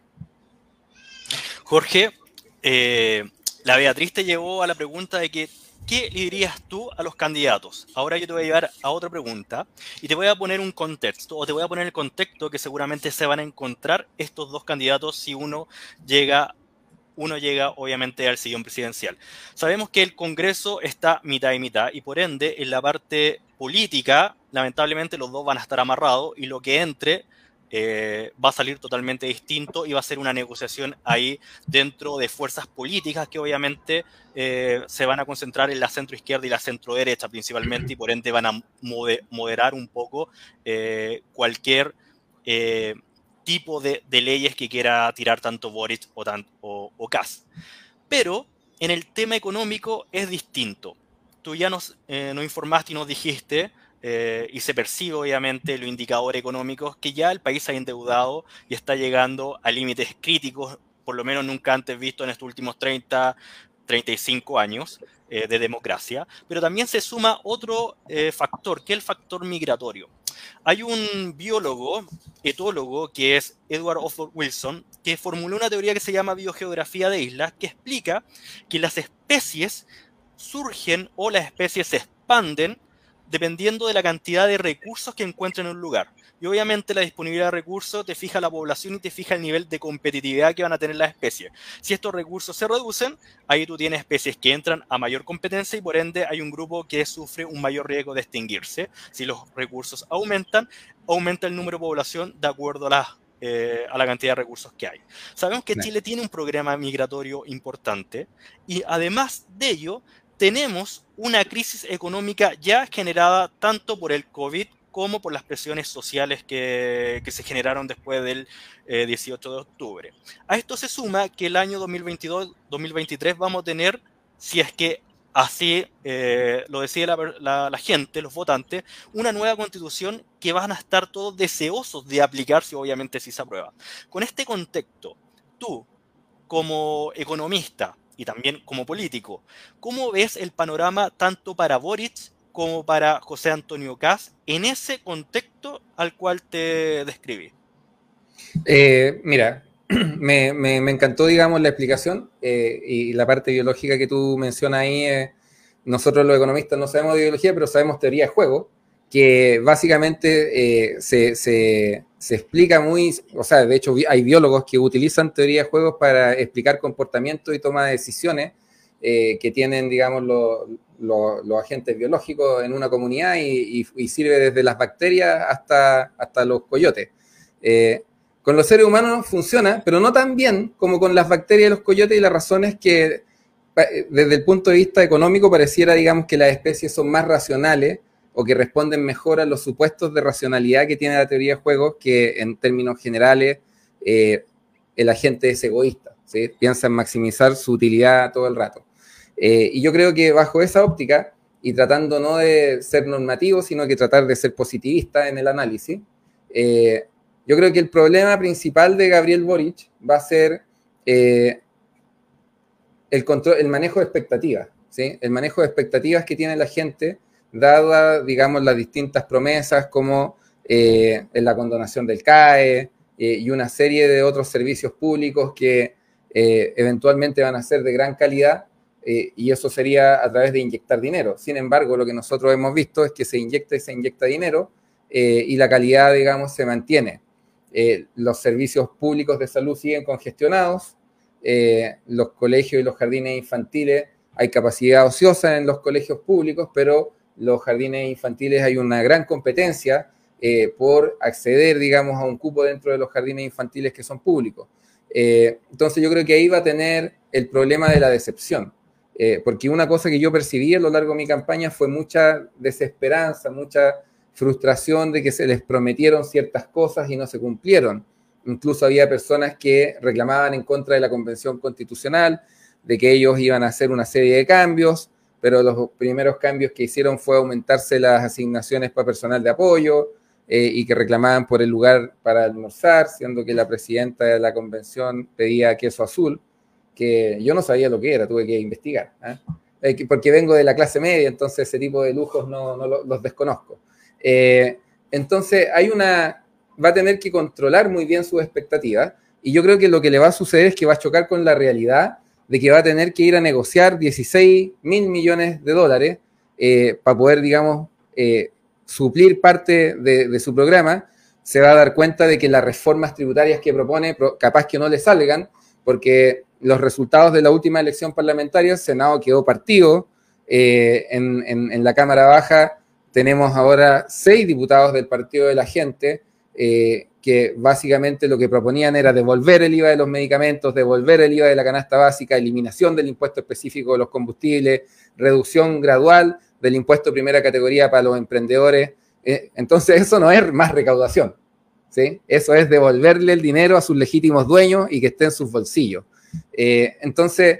Jorge, eh... la Beatriz te llevó a la pregunta de que, ¿qué le dirías tú a los candidatos? Ahora yo te voy a llevar a otra pregunta y te voy a poner un contexto, o te voy a poner el contexto que seguramente se van a encontrar estos dos candidatos si uno llega, uno llega obviamente al sillón presidencial. Sabemos que el Congreso está mitad y mitad y por ende en la parte política, lamentablemente los dos van a estar amarrados y lo que entre Eh, va a salir totalmente distinto y va a ser una negociación ahí dentro de fuerzas políticas que obviamente eh, se van a concentrar en la centro izquierda y la centro derecha principalmente y por ende van a moderar un poco eh, cualquier eh, tipo de, de leyes que quiera tirar tanto Boric o, tan, o, o Kast. Pero en el tema económico es distinto. Tú ya nos, eh, nos informaste y nos dijiste Eh, y se percibe obviamente los indicadores económicos que ya el país ha endeudado y está llegando a límites críticos, por lo menos nunca antes visto en estos últimos treinta, treinta y cinco años eh, de democracia, pero también se suma otro eh, factor, que es el factor migratorio. Hay un biólogo, etólogo, que es Edward Osborne Wilson, que formuló una teoría que se llama biogeografía de islas, que explica que las especies surgen o las especies se expanden dependiendo de la cantidad de recursos que encuentren en un lugar. Y obviamente la disponibilidad de recursos te fija la población y te fija el nivel de competitividad que van a tener las especies. Si estos recursos se reducen, ahí tú tienes especies que entran a mayor competencia y por ende hay un grupo que sufre un mayor riesgo de extinguirse. Si los recursos aumentan, aumenta el número de población de acuerdo a la, eh, a la cantidad de recursos que hay. Sabemos que Chile tiene un programa migratorio importante y además de ello, tenemos una crisis económica ya generada tanto por el COVID como por las presiones sociales que, que se generaron después del eh, dieciocho de octubre. A esto se suma que el año dos mil veintidós dos mil veintitrés vamos a tener, si es que así eh, lo decide la, la, la gente, los votantes, una nueva constitución que van a estar todos deseosos de aplicarse, obviamente si se aprueba. Con este contexto, tú, como economista y también como político, ¿cómo ves el panorama tanto para Boric como para José Antonio Kast en ese contexto al cual te describí? Eh, mira, me, me, me encantó, digamos, la explicación eh, y la parte biológica que tú mencionas ahí. Eh, nosotros los economistas no sabemos de biología, pero sabemos teoría de juego, que básicamente eh, se, se, se explica muy, o sea, de hecho hay biólogos que utilizan teoría de juegos para explicar comportamiento y toma de decisiones eh, que tienen, digamos, los, los, los agentes biológicos en una comunidad y, y, y sirve desde las bacterias hasta, hasta los coyotes. Eh, Con los seres humanos funciona, pero no tan bien como con las bacterias y los coyotes, y la razón es que desde el punto de vista económico pareciera, digamos, que las especies son más racionales o que responden mejor a los supuestos de racionalidad que tiene la teoría de juegos, que en términos generales eh, el agente es egoísta, ¿sí? Piensa en maximizar su utilidad todo el rato. Eh, y yo creo que bajo esa óptica, y tratando no de ser normativo, sino que tratar de ser positivista en el análisis, eh, yo creo que el problema principal de Gabriel Boric va a ser eh, el, control, el manejo de expectativas, ¿sí? El manejo de expectativas que tiene la gente, dada, digamos, las distintas promesas como eh, en la condonación del C A E eh, y una serie de otros servicios públicos que eh, eventualmente van a ser de gran calidad, eh, y eso sería a través de inyectar dinero. Sin embargo, lo que nosotros hemos visto es que se inyecta y se inyecta dinero eh, y la calidad, digamos, se mantiene. Eh, los servicios públicos de salud siguen congestionados, eh, los colegios y los jardines infantiles, hay capacidad ociosa en los colegios públicos, pero los jardines infantiles hay una gran competencia eh, por acceder, digamos, a un cupo dentro de los jardines infantiles que son públicos. Eh, entonces yo creo que ahí va a tener el problema de la decepción, eh, porque una cosa que yo percibí a lo largo de mi campaña fue mucha desesperanza, mucha frustración de que se les prometieron ciertas cosas y no se cumplieron. Incluso había personas que reclamaban en contra de la Convención Constitucional, de que ellos iban a hacer una serie de cambios, pero los primeros cambios que hicieron fue aumentarse las asignaciones para personal de apoyo eh, y que reclamaban por el lugar para almorzar, siendo que la presidenta de la convención pedía queso azul, que yo no sabía lo que era, tuve que investigar, ¿eh? Porque vengo de la clase media, entonces ese tipo de lujos no, no los desconozco. Eh, entonces hay una, va a tener que controlar muy bien sus expectativas, y yo creo que lo que le va a suceder es que va a chocar con la realidad de que va a tener que ir a negociar dieciséis mil millones de dólares eh, para poder, digamos, eh, suplir parte de, de su programa. Se va a dar cuenta de que las reformas tributarias que propone capaz que no le salgan, porque los resultados de la última elección parlamentaria, el Senado quedó partido, eh, en, en, en la Cámara Baja tenemos ahora seis diputados del Partido de la Gente eh, que básicamente lo que proponían era devolver el I V A de los medicamentos, devolver el I V A de la canasta básica, eliminación del impuesto específico de los combustibles, reducción gradual del impuesto de primera categoría para los emprendedores. Eh, entonces eso no es más recaudación, ¿sí? Eso es devolverle el dinero a sus legítimos dueños y que esté en sus bolsillos. Eh, entonces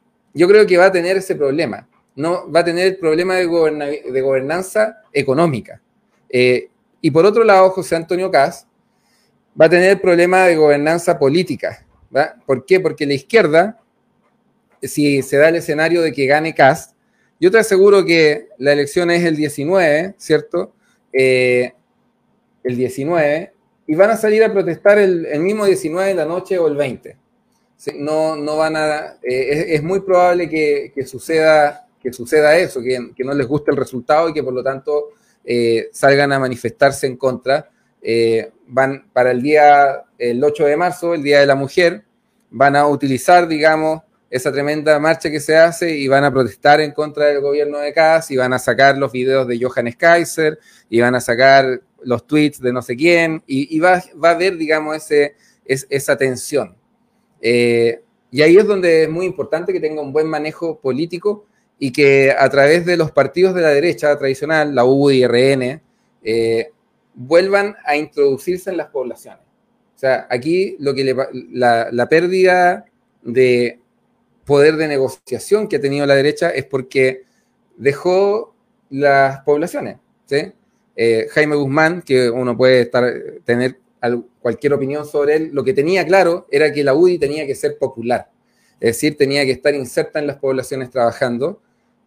yo creo que va a tener ese problema. No, va a tener el problema de, goberna, de gobernanza económica. Eh, y por otro lado, José Antonio Kast va a tener el problema de gobernanza política, ¿verdad? ¿Por qué? Porque la izquierda, si se da el escenario de que gane Kast, yo te aseguro que la elección es el diecinueve, ¿cierto? Eh, el diecinueve, y van a salir a protestar el, el mismo diecinueve de la noche o el veinte. No, no van a, eh, es, es muy probable que, que suceda que suceda eso, que, que no les guste el resultado y que por lo tanto eh, salgan a manifestarse en contra. Eh, van para el día, el ocho de marzo, el Día de la Mujer, van a utilizar, digamos, esa tremenda marcha que se hace y van a protestar en contra del gobierno de Kast y van a sacar los videos de Johannes Kaiser y van a sacar los tweets de no sé quién y, y va, va a haber, digamos, ese, es, esa tensión. Eh, y ahí es donde es muy importante que tenga un buen manejo político y que a través de los partidos de la derecha tradicional, la U D y R N, eh, vuelvan a introducirse en las poblaciones. O sea, aquí lo que le, la, la pérdida de poder de negociación que ha tenido la derecha es porque dejó las poblaciones, ¿sí? Eh, Jaime Guzmán, que uno puede estar, tener cualquier opinión sobre él, lo que tenía claro era que la U D I tenía que ser popular, es decir, tenía que estar inserta en las poblaciones trabajando,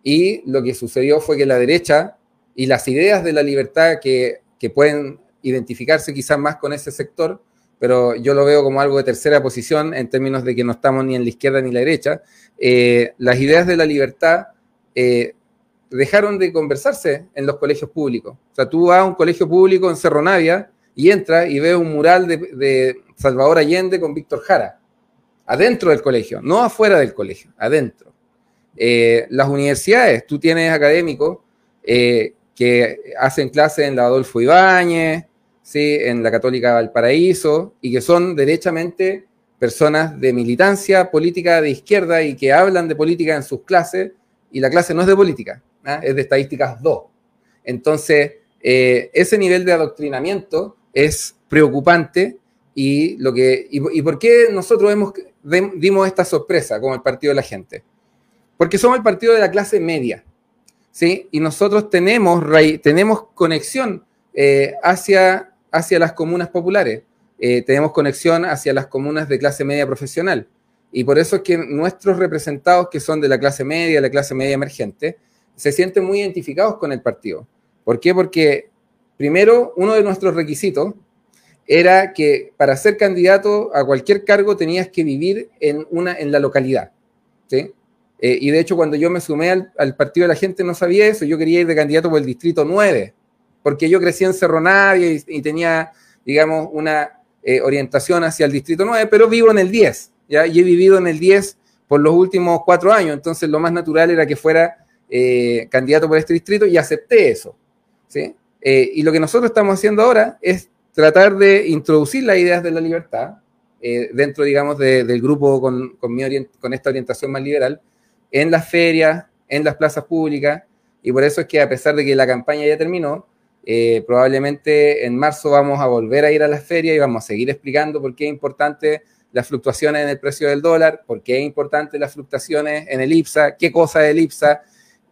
y lo que sucedió fue que la derecha y las ideas de la libertad que, que pueden identificarse quizás más con ese sector, pero yo lo veo como algo de tercera posición en términos de que no estamos ni en la izquierda ni en la derecha, eh, las ideas de la libertad eh, dejaron de conversarse en los colegios públicos. O sea, tú vas a un colegio público en Cerro Navia y entras y ves un mural de, de Salvador Allende con Víctor Jara, adentro del colegio, no afuera del colegio, adentro. Eh, las universidades, tú tienes académicos eh, que hacen clases en la Adolfo Ibáñez, ¿sí? En la Católica Valparaíso, y que son derechamente personas de militancia política de izquierda y que hablan de política en sus clases, y la clase no es de política, ¿eh? Es de estadísticas dos. Entonces, eh, ese nivel de adoctrinamiento es preocupante, y, lo que, y, y ¿por qué nosotros hemos, dimos esta sorpresa como el Partido de la Gente? Porque somos el partido de la clase media, ¿sí? Y nosotros tenemos, tenemos conexión eh, hacia, hacia las comunas populares, eh, tenemos conexión hacia las comunas de clase media profesional, y por eso es que nuestros representados, que son de la clase media, la clase media emergente, se sienten muy identificados con el partido. ¿Por qué? Porque, primero, uno de nuestros requisitos era que para ser candidato a cualquier cargo tenías que vivir en, una, en la localidad, ¿sí? Eh, y de hecho, cuando yo me sumé al, al Partido de la Gente no sabía eso, yo quería ir de candidato por el Distrito nueve, porque yo crecí en Cerro Navia y, y tenía, digamos, una eh, orientación hacia el Distrito nueve, pero vivo en el diez, ¿ya? Y he vivido en el diez por los últimos cuatro años, entonces lo más natural era que fuera eh, candidato por este distrito, y acepté eso, ¿sí? Eh, y lo que nosotros estamos haciendo ahora es tratar de introducir las ideas de la libertad eh, dentro, digamos, de, del grupo con, con, mi orient, con esta orientación más liberal, en las ferias, en las plazas públicas, y por eso es que, a pesar de que la campaña ya terminó, eh, probablemente en marzo vamos a volver a ir a las ferias y vamos a seguir explicando por qué es importante las fluctuaciones en el precio del dólar, por qué es importante las fluctuaciones en el IPSA, qué cosa es el IPSA,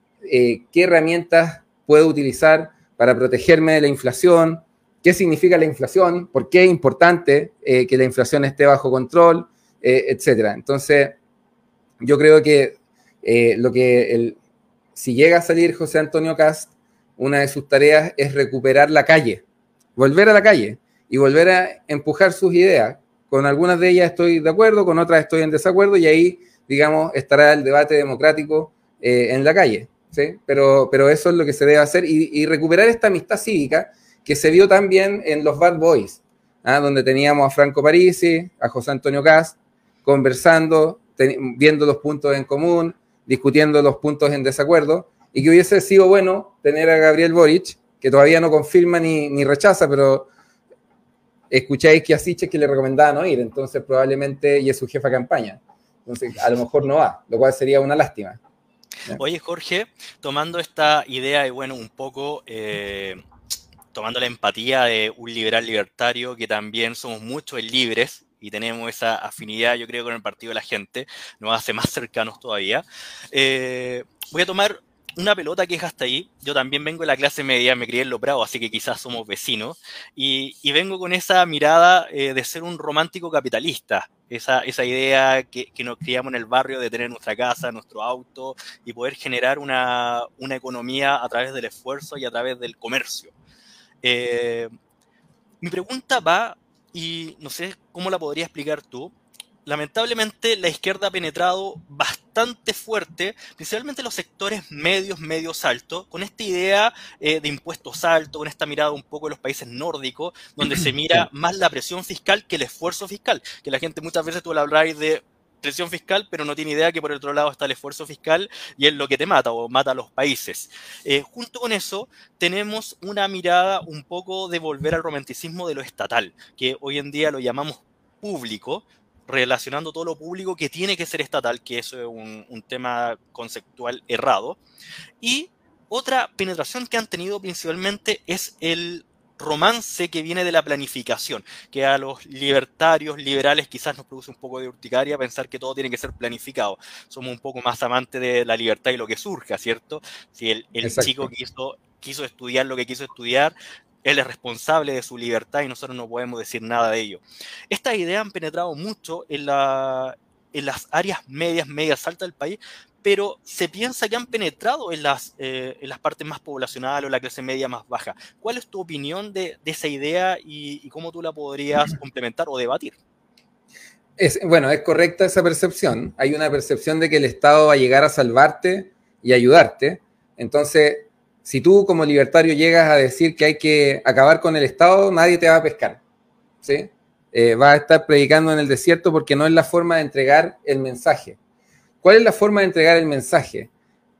eh, qué herramientas puedo utilizar para protegerme de la inflación, qué significa la inflación, por qué es importante eh, que la inflación esté bajo control, eh, etcétera. Entonces, yo creo que Eh, lo que el, si llega a salir José Antonio Kast, una de sus tareas es recuperar la calle, volver a la calle y volver a empujar sus ideas. Con algunas de ellas estoy de acuerdo, con otras estoy en desacuerdo, y ahí, digamos, estará el debate democrático eh, en la calle, ¿sí? Pero, pero eso es lo que se debe hacer, y, y recuperar esta amistad cívica que se vio también en los Bad Boys, ¿ah? Donde teníamos a Franco Parisi, a José Antonio Kast, conversando, ten, viendo los puntos en común, discutiendo los puntos en desacuerdo, y que hubiese sido bueno tener a Gabriel Boric, que todavía no confirma ni, ni rechaza, pero escucháis que a Siches que le recomendaban no ir, entonces probablemente, y es su jefa de campaña, entonces a lo mejor no va, lo cual sería una lástima. ¿Ya? Oye, Jorge, tomando esta idea y bueno, un poco eh, tomando la empatía de un liberal libertario, que también somos muchos libres, y tenemos esa afinidad, yo creo, con el Partido de la Gente, nos hace más cercanos todavía. Eh, voy a tomar una pelota que es hasta ahí. Yo también vengo de la clase media, me crié en Lo Prado, así que quizás somos vecinos, y, y vengo con esa mirada eh, de ser un romántico capitalista, esa, esa idea que, que nos criamos en el barrio de tener nuestra casa, nuestro auto, y poder generar una, una economía a través del esfuerzo y a través del comercio. Eh, mi pregunta va, y no sé cómo la podría explicar tú. Lamentablemente la izquierda ha penetrado bastante fuerte, principalmente en los sectores medios, medios altos, con esta idea eh, de impuestos altos, con esta mirada un poco de los países nórdicos, donde se mira más la presión fiscal que el esfuerzo fiscal, que la gente muchas veces tú le habláis de presión fiscal, pero no tiene idea que por el otro lado está el esfuerzo fiscal, y es lo que te mata o mata a los países. Eh, junto con eso tenemos una mirada un poco de volver al romanticismo de lo estatal, que hoy en día lo llamamos público, relacionando todo lo público que tiene que ser estatal, que eso es un, un tema conceptual errado. Y otra penetración que han tenido principalmente es el romance que viene de la planificación, que a los libertarios, liberales, quizás nos produce un poco de urticaria pensar que todo tiene que ser planificado. Somos un poco más amantes de la libertad y lo que surja, ¿cierto? Si el, el chico quiso, quiso estudiar lo que quiso estudiar, él es responsable de su libertad y nosotros no podemos decir nada de ello. Estas ideas han penetrado mucho en, la, en las áreas medias, medias altas del país, pero se piensa que han penetrado en las, eh, en las partes más poblacionales o la clase media más baja. ¿Cuál es tu opinión de, de esa idea y, y cómo tú la podrías complementar o debatir? Es, bueno, es correcta esa percepción. Hay una percepción de que el Estado va a llegar a salvarte y ayudarte. Entonces, si tú como libertario llegas a decir que hay que acabar con el Estado, nadie te va a pescar, ¿sí? Eh, vas a estar predicando en el desierto porque no es la forma de entregar el mensaje. ¿Cuál es la forma de entregar el mensaje?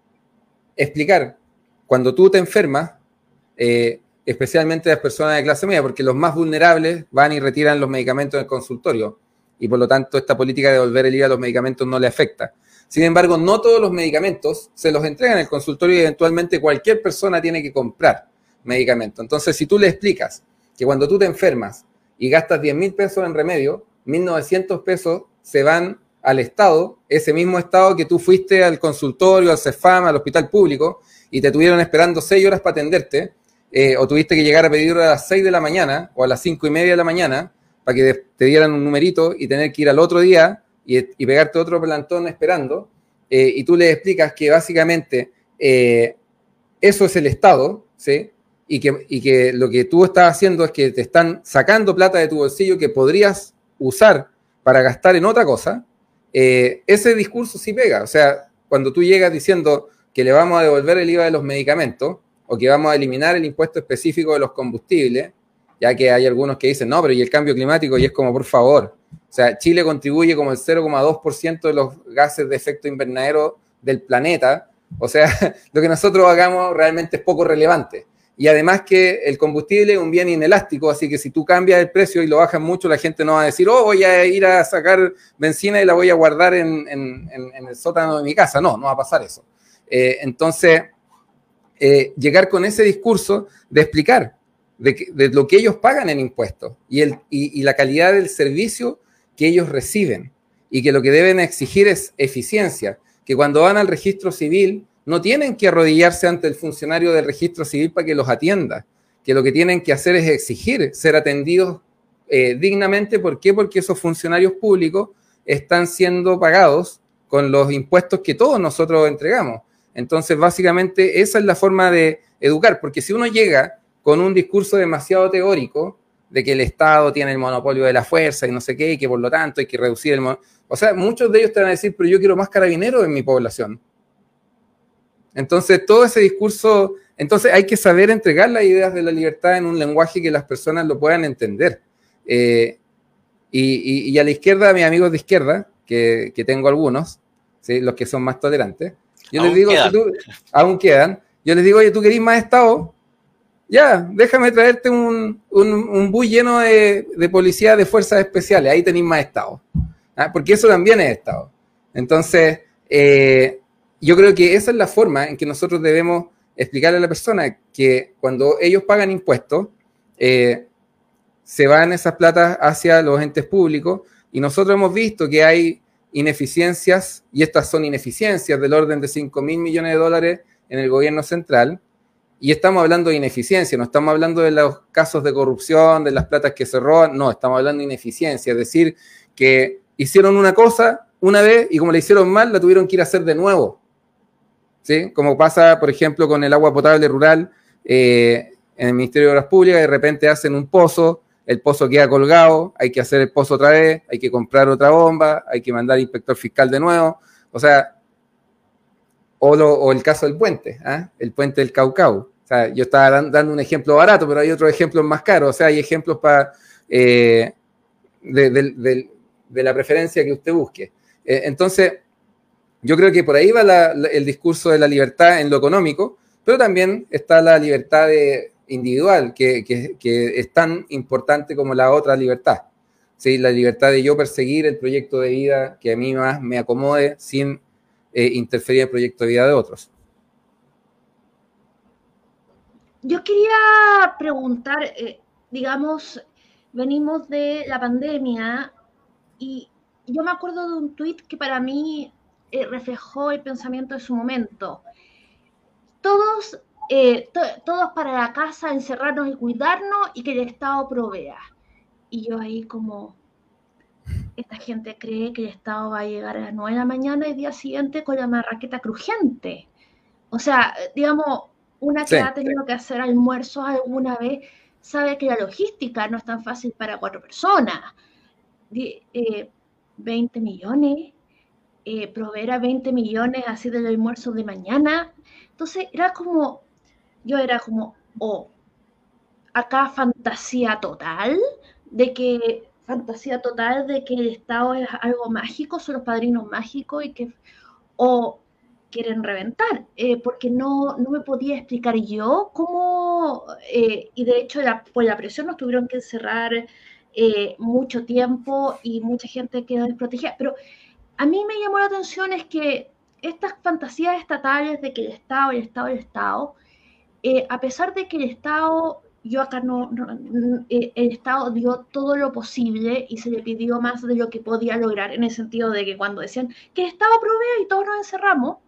Explicar, cuando tú te enfermas, eh, especialmente las personas de clase media, porque los más vulnerables van y retiran los medicamentos del consultorio, y por lo tanto esta política de devolver el I V A a los medicamentos no le afecta. Sin embargo, no todos los medicamentos se los entregan en el consultorio y eventualmente cualquier persona tiene que comprar medicamentos. Entonces, si tú le explicas que cuando tú te enfermas y gastas diez mil pesos en remedio, mil novecientos pesos se van al Estado, ese mismo Estado que tú fuiste al consultorio, al Cefam, al hospital público, y te tuvieron esperando seis horas para atenderte, eh, o tuviste que llegar a pedir a las seis de la mañana o a las cinco y media de la mañana para que te dieran un numerito y tener que ir al otro día y, y pegarte otro plantón esperando, eh, y tú le explicas que básicamente eh, eso es el Estado, ¿sí? Y que, y que lo que tú estás haciendo es que te están sacando plata de tu bolsillo que podrías usar para gastar en otra cosa. Eh, ese discurso sí pega. O sea, cuando tú llegas diciendo que le vamos a devolver el I V A de los medicamentos o que vamos a eliminar el impuesto específico de los combustibles, ya que hay algunos que dicen, no, pero ¿y el cambio climático? Y es como, por favor, o sea, Chile contribuye como el cero coma dos por ciento de los gases de efecto invernadero del planeta. O sea, lo que nosotros hagamos realmente es poco relevante. Y además que el combustible es un bien inelástico, así que si tú cambias el precio y lo bajas mucho, la gente no va a decir, oh, voy a ir a sacar benzina y la voy a guardar en, en, en el sótano de mi casa. No, no va a pasar eso. Eh, entonces, eh, llegar con ese discurso de explicar de, que, de lo que ellos pagan en impuestos y, el, y, y la calidad del servicio que ellos reciben y que lo que deben exigir es eficiencia, que cuando van al registro civil no tienen que arrodillarse ante el funcionario del registro civil para que los atienda, que lo que tienen que hacer es exigir ser atendidos eh, dignamente. ¿Por qué? Porque esos funcionarios públicos están siendo pagados con los impuestos que todos nosotros entregamos. Entonces, básicamente, esa es la forma de educar, porque si uno llega con un discurso demasiado teórico de que el Estado tiene el monopolio de la fuerza y no sé qué, y que por lo tanto hay que reducir el... Mon- o sea, muchos de ellos te van a decir, pero yo quiero más carabineros en mi población. Entonces, todo ese discurso, entonces hay que saber entregar las ideas de la libertad en un lenguaje que las personas lo puedan entender. Eh, y, y, y a la izquierda, mis amigos de izquierda, que, que tengo algunos, ¿sí? Los que son más tolerantes, yo aún les digo, si tú, aún quedan, yo les digo, oye, ¿tú querés más Estado? Ya, déjame traerte un, un, un bus lleno de, de policía de fuerzas especiales, ahí tenéis más Estado. ¿Ah? Porque eso también es Estado. Entonces, eh, yo creo que esa es la forma en que nosotros debemos explicarle a la persona que cuando ellos pagan impuestos, eh, se van esas platas hacia los entes públicos, y nosotros hemos visto que hay ineficiencias, y estas son ineficiencias del orden de cinco mil millones de dólares en el gobierno central, y estamos hablando de ineficiencia, no estamos hablando de los casos de corrupción, de las platas que se roban, no, estamos hablando de ineficiencia, es decir, que hicieron una cosa una vez y como la hicieron mal, la tuvieron que ir a hacer de nuevo. ¿Sí? Como pasa, por ejemplo, con el agua potable rural eh, en el Ministerio de Obras Públicas, de repente hacen un pozo, el pozo queda colgado, hay que hacer el pozo otra vez, hay que comprar otra bomba, hay que mandar inspector fiscal de nuevo, o sea, o, lo, o el caso del puente, ¿eh? El puente del Caucao. O sea, yo estaba dan, dando un ejemplo barato, pero hay otros ejemplos más caros, o sea, hay ejemplos para eh, de, de, de, de la preferencia que usted busque. Eh, entonces, yo creo que por ahí va la, la, el discurso de la libertad en lo económico, pero también está la libertad de, individual, que, que, que es tan importante como la otra libertad. ¿Sí? La libertad de yo perseguir el proyecto de vida que a mí más me acomode sin eh, interferir en el proyecto de vida de otros. yo quería preguntar, eh, digamos, venimos de la pandemia y yo me acuerdo de un tuit que para mí eh, reflejó el pensamiento de su momento. Todos, eh, to todos para la casa, encerrarnos y cuidarnos y que el Estado provea. Y yo ahí como, esta gente cree que el Estado va a llegar a las nueve de la mañana y el día siguiente con la marraqueta crujiente. O sea, digamos, una que sí, ha tenido sí. que hacer almuerzos alguna vez sabe que la logística no es tan fácil para cuatro personas. Eh, veinte millones, eh, proveer a veinte millones así del almuerzo de mañana. Entonces era como, yo era como, oh, acá fantasía total, de que, fantasía total de que el Estado es algo mágico, son los padrinos mágicos y que, o quieren reventar, eh, porque no, no me podía explicar yo cómo, eh, y de hecho la, por la presión nos tuvieron que encerrar eh, mucho tiempo y mucha gente quedó desprotegida, pero a mí me llamó la atención es que estas fantasías estatales de que el Estado, el Estado, el Estado, eh, a pesar de que el Estado, yo acá no, no, eh, el Estado dio todo lo posible y se le pidió más de lo que podía lograr, en el sentido de que cuando decían que el Estado provee y todos nos encerramos,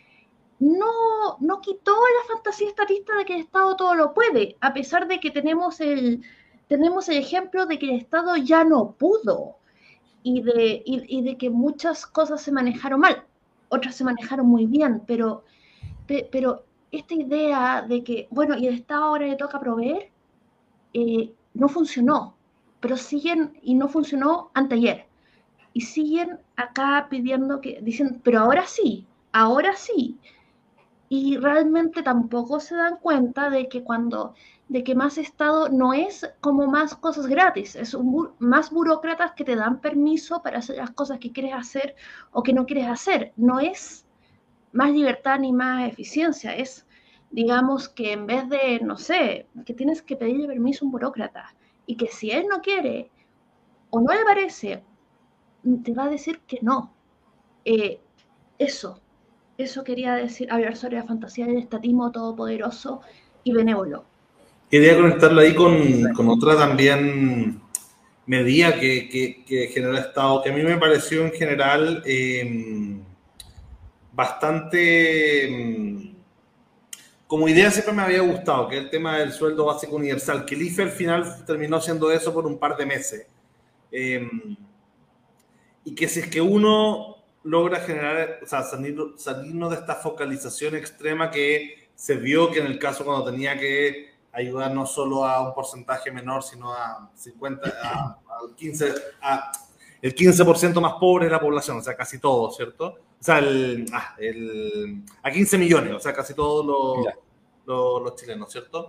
no, no quitó la fantasía estatista de que el Estado todo lo puede, a pesar de que tenemos el, tenemos el ejemplo de que el Estado ya no pudo y de, y, y de que muchas cosas se manejaron mal, otras se manejaron muy bien, pero, pero esta idea de que, bueno, y el Estado ahora le toca proveer, eh, no funcionó, pero siguen, y no funcionó anteayer, y siguen acá pidiendo que, dicen, pero ahora sí, ahora sí, y realmente tampoco se dan cuenta de que cuando, de que más Estado no es como más cosas gratis, es un, más burócratas que te dan permiso para hacer las cosas que quieres hacer o que no quieres hacer, no es más libertad ni más eficiencia, es, digamos, que en vez de, no sé, que tienes que pedirle permiso a un burócrata y que si él no quiere o no le parece, te va a decir que no. Eh, eso. Eso quería decir, hablar sobre la fantasía del estatismo todopoderoso y benévolo. Quería conectarlo ahí con, con otra también medida que, que, que generó el Estado, que a mí me pareció en general eh, bastante... Eh, como idea siempre me había gustado, que es el tema del sueldo básico universal, que el I F E al final terminó siendo eso por un par de meses. Eh, y que si es que uno logra generar, o sea, salir, salirnos de esta focalización extrema que se vio que en el caso cuando tenía que ayudar no solo a un porcentaje menor, sino a cincuenta, a, a quince, a el quince por ciento más pobre de la población, o sea, casi todo, ¿cierto? O sea, el, ah, el, a quince millones, o sea, casi todos los, los, los chilenos, ¿cierto?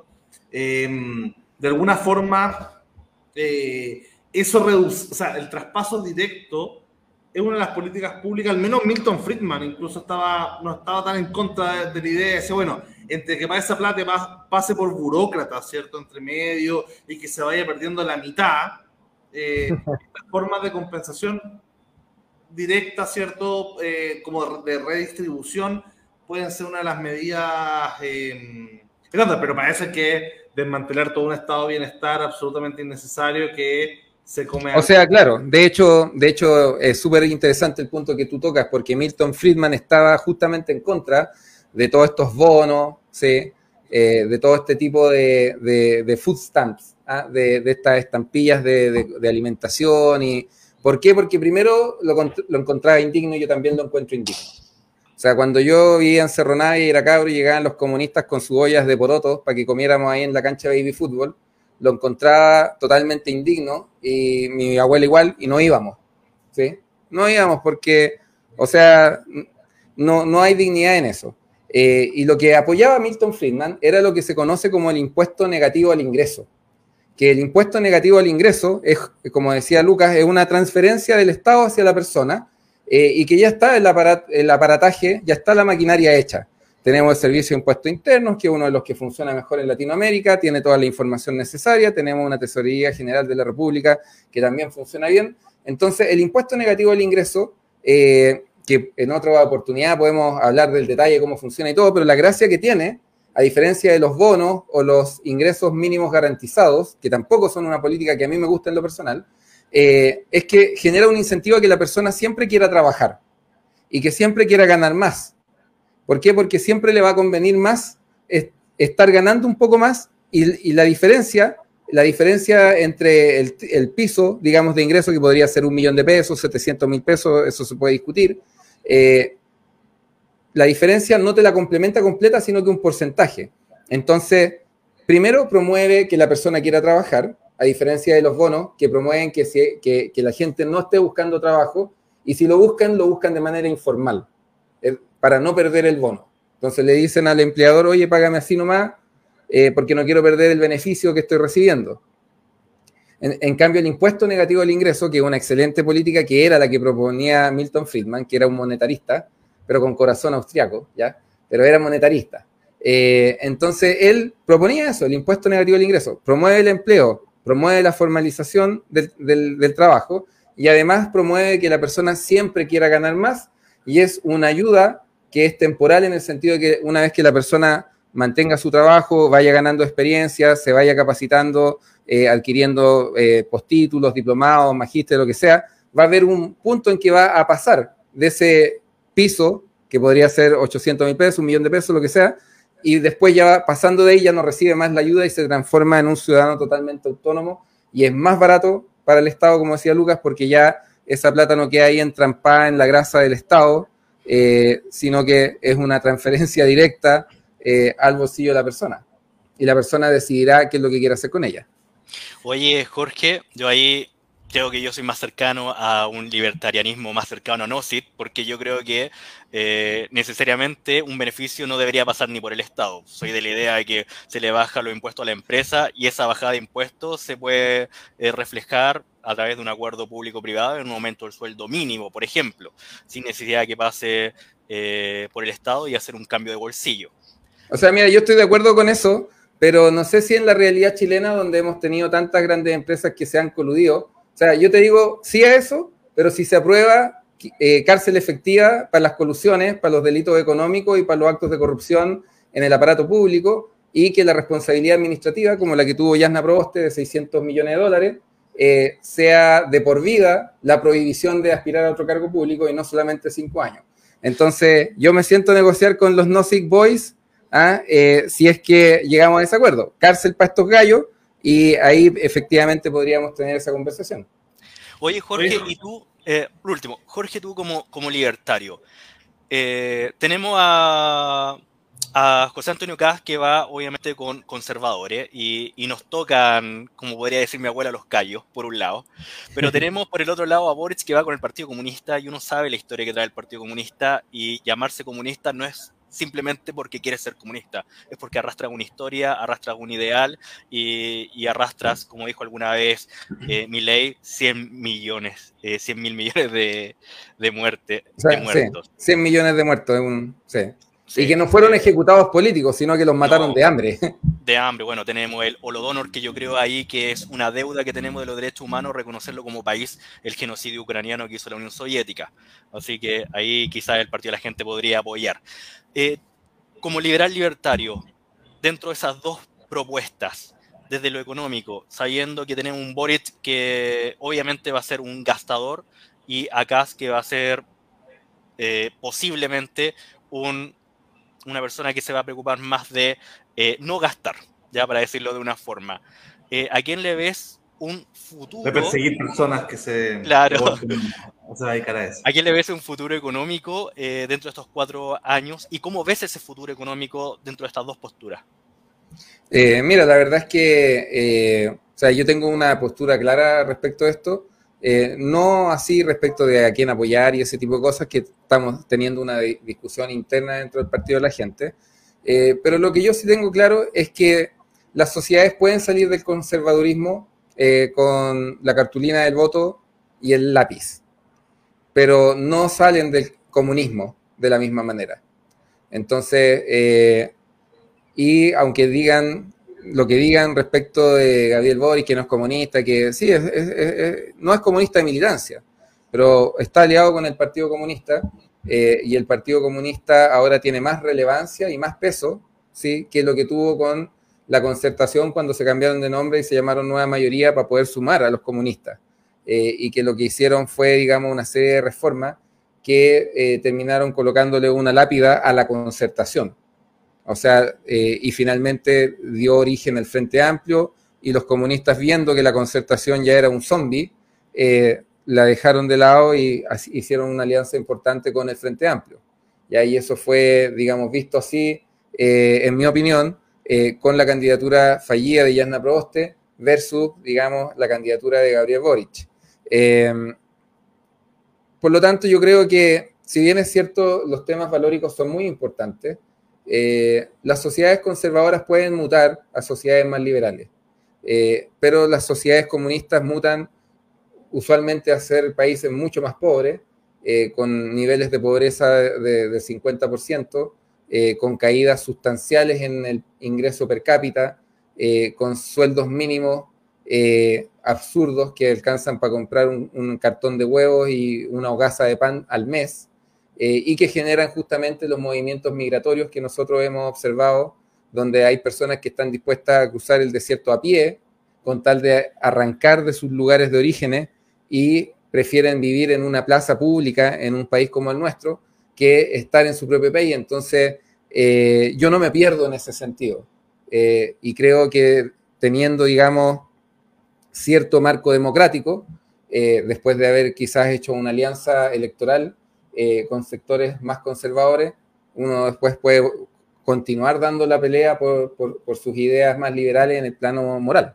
Eh, de alguna forma, eh, eso reduce, o sea, el traspaso directo es una de las políticas públicas, al menos Milton Friedman incluso estaba, no estaba tan en contra de, de la idea de decir, bueno, entre que para esa plata pase por burócratas, ¿cierto? Entre medio y que se vaya perdiendo la mitad, eh, las formas de compensación directa, ¿cierto? Eh, como de redistribución pueden ser una de las medidas eh, grandes, pero parece que desmantelar todo un estado de bienestar absolutamente innecesario que se come. O sea, claro, de hecho, de hecho es súper interesante el punto que tú tocas, porque Milton Friedman estaba justamente en contra de todos estos bonos, ¿sí? eh, de todo este tipo de, de, de food stamps, ¿ah? de, de estas estampillas de, de, de alimentación. Y ¿por qué? Porque primero lo, lo encontraba indigno y yo también lo encuentro indigno. O sea, cuando yo vivía en Cerro Navia y era cabro y llegaban los comunistas con sus ollas de porotos para que comiéramos ahí en la cancha de baby fútbol, lo encontraba totalmente indigno y mi abuela igual y no íbamos, ¿sí? No íbamos porque, o sea, no, no hay dignidad en eso. Eh, y lo que apoyaba Milton Friedman era lo que se conoce como el impuesto negativo al ingreso, que el impuesto negativo al ingreso es, como decía Lucas, es una transferencia del Estado hacia la persona eh, y que ya está el, aparat el aparataje, ya está la maquinaria hecha. Tenemos el Servicio de Impuestos Internos, que es uno de los que funciona mejor en Latinoamérica, tiene toda la información necesaria, tenemos una Tesorería General de la República que también funciona bien. Entonces, el impuesto negativo al ingreso, eh, que en otra oportunidad podemos hablar del detalle de cómo funciona y todo, pero la gracia que tiene, a diferencia de los bonos o los ingresos mínimos garantizados, que tampoco son una política que a mí me gusta en lo personal, eh, es que genera un incentivo a que la persona siempre quiera trabajar y que siempre quiera ganar más. ¿Por qué? Porque siempre le va a convenir más estar ganando un poco más y, y la diferencia, la diferencia entre el, el piso, digamos, de ingreso, que podría ser un millón de pesos, setecientos mil pesos, eso se puede discutir, eh, la diferencia no te la complementa completa, sino que un porcentaje. Entonces, primero promueve que la persona quiera trabajar, a diferencia de los bonos que promueven que, se, que, que la gente no esté buscando trabajo, y si lo buscan, lo buscan de manera informal, eh, para no perder el bono. Entonces le dicen al empleador, oye, págame así nomás, eh, porque no quiero perder el beneficio que estoy recibiendo. En, en cambio, el impuesto negativo al ingreso, que es una excelente política, que era la que proponía Milton Friedman, que era un monetarista, pero con corazón austriaco, ¿ya? Pero era monetarista. Eh, entonces, él proponía eso, el impuesto negativo al ingreso. Promueve el empleo, promueve la formalización del, del, del trabajo y además promueve que la persona siempre quiera ganar más y es una ayuda que es temporal en el sentido de que una vez que la persona mantenga su trabajo, vaya ganando experiencia, se vaya capacitando, eh, adquiriendo eh, postítulos, diplomados, magíster, lo que sea, va a haber un punto en que va a pasar de ese piso, que podría ser ochocientos mil pesos, un millón de pesos, lo que sea, y después ya pasando de ahí ya no recibe más la ayuda y se transforma en un ciudadano totalmente autónomo y es más barato para el Estado, como decía Lucas, porque ya esa plata no queda ahí entrampada en la grasa del Estado, eh, sino que es una transferencia directa eh, al bolsillo de la persona. Y la persona decidirá qué es lo que quiere hacer con ella. Oye, Jorge, yo ahí creo que yo soy más cercano a un libertarianismo más cercano a Nozick, porque yo creo que eh, necesariamente un beneficio no debería pasar ni por el Estado. Soy de la idea de que se le baja los impuestos a la empresa y esa bajada de impuestos se puede eh, reflejar a través de un acuerdo público-privado en un aumento del sueldo mínimo, por ejemplo, sin necesidad de que pase eh, por el Estado y hacer un cambio de bolsillo. O sea, mira, yo estoy de acuerdo con eso, pero no sé si en la realidad chilena, donde hemos tenido tantas grandes empresas que se han coludido, o sea, yo te digo sí a eso, pero si se aprueba eh, cárcel efectiva para las colusiones, para los delitos económicos y para los actos de corrupción en el aparato público, y que la responsabilidad administrativa, como la que tuvo Jasna Proboste de seiscientos millones de dólares, eh, sea de por vida la prohibición de aspirar a otro cargo público y no solamente cinco años. Entonces, yo me siento a negociar con los Nozick Boys, ¿ah? eh, si es que llegamos a ese acuerdo. Cárcel para estos gallos, y ahí efectivamente podríamos tener esa conversación. Oye, Jorge, y tú, eh, por último, Jorge, tú como, como libertario, eh, tenemos a, a José Antonio Kast, que va obviamente con conservadores, y, y nos tocan, como podría decir mi abuela, los callos, por un lado, pero tenemos por el otro lado a Boric, que va con el Partido Comunista, y uno sabe la historia que trae el Partido Comunista, y llamarse comunista no es simplemente porque quieres ser comunista, es porque arrastras una historia, arrastras un ideal y, y arrastras, como dijo alguna vez eh, Milei, cien millones, eh, cien mil millones de, de, muerte, o sea, de muertos. Sí, cien millones de muertos. Un, sí. Sí, y que no fueron eh, ejecutados políticos, sino que los mataron no, de hambre. De hambre, bueno, tenemos el Holodomor, que yo creo ahí que es una deuda que tenemos de los derechos humanos, reconocerlo como país, el genocidio ucraniano que hizo la Unión Soviética. Así que ahí quizás el Partido de la Gente podría apoyar. Eh, como liberal libertario, dentro de esas dos propuestas, desde lo económico, sabiendo que tenemos un Boric que obviamente va a ser un gastador y a Kast que va a ser eh, posiblemente un una persona que se va a preocupar más de eh, no gastar, ya para decirlo de una forma. Eh, ¿A quién le ves un futuro? De perseguir personas que se... Claro. No se va a dedicar a eso. ¿A quién le ves un futuro económico eh, dentro de estos cuatro años? ¿Y cómo ves ese futuro económico dentro de estas dos posturas? Eh, mira, la verdad es que eh, o sea, yo tengo una postura clara respecto a esto. Eh, no así respecto de a quién apoyar y ese tipo de cosas, que estamos teniendo una discusión interna dentro del Partido de la Gente, eh, pero lo que yo sí tengo claro es que las sociedades pueden salir del conservadurismo eh, con la cartulina del voto y el lápiz, pero no salen del comunismo de la misma manera. Entonces, eh, y aunque digan lo que digan respecto de Gabriel Boric, que no es comunista, que sí, es, es, es, no es comunista de militancia, pero está aliado con el Partido Comunista, eh, y el Partido Comunista ahora tiene más relevancia y más peso ¿sí? Que lo que tuvo con la Concertación cuando se cambiaron de nombre y se llamaron Nueva Mayoría para poder sumar a los comunistas. Eh, y que lo que hicieron fue, digamos, una serie de reformas que eh, terminaron colocándole una lápida a la Concertación. O sea, eh, y finalmente dio origen al Frente Amplio, y los comunistas, viendo que la Concertación ya era un zombie, eh, la dejaron de lado y así, hicieron una alianza importante con el Frente Amplio. Y ahí eso fue, digamos, visto así, eh, en mi opinión, eh, con la candidatura fallida de Jasna Proboste versus, digamos, la candidatura de Gabriel Boric. Eh, por lo tanto, yo creo que, si bien es cierto, los temas valóricos son muy importantes, eh, las sociedades conservadoras pueden mutar a sociedades más liberales. Eh, pero las sociedades comunistas mutan usualmente a ser países mucho más pobres, eh, con niveles de pobreza de, de cincuenta por ciento, eh, con caídas sustanciales en el ingreso per cápita, eh, con sueldos mínimos eh, absurdos que alcanzan para comprar un, un cartón de huevos y una hogaza de pan al mes, eh, y que generan justamente los movimientos migratorios que nosotros hemos observado, donde hay personas que están dispuestas a cruzar el desierto a pie con tal de arrancar de sus lugares de orígenes y prefieren vivir en una plaza pública en un país como el nuestro que estar en su propio país. Entonces, eh, yo no me pierdo en ese sentido. Eh, y creo que teniendo, digamos, cierto marco democrático, eh, después de haber quizás hecho una alianza electoral eh, con sectores más conservadores, uno después puede continuar dando la pelea por, por, por sus ideas más liberales en el plano moral.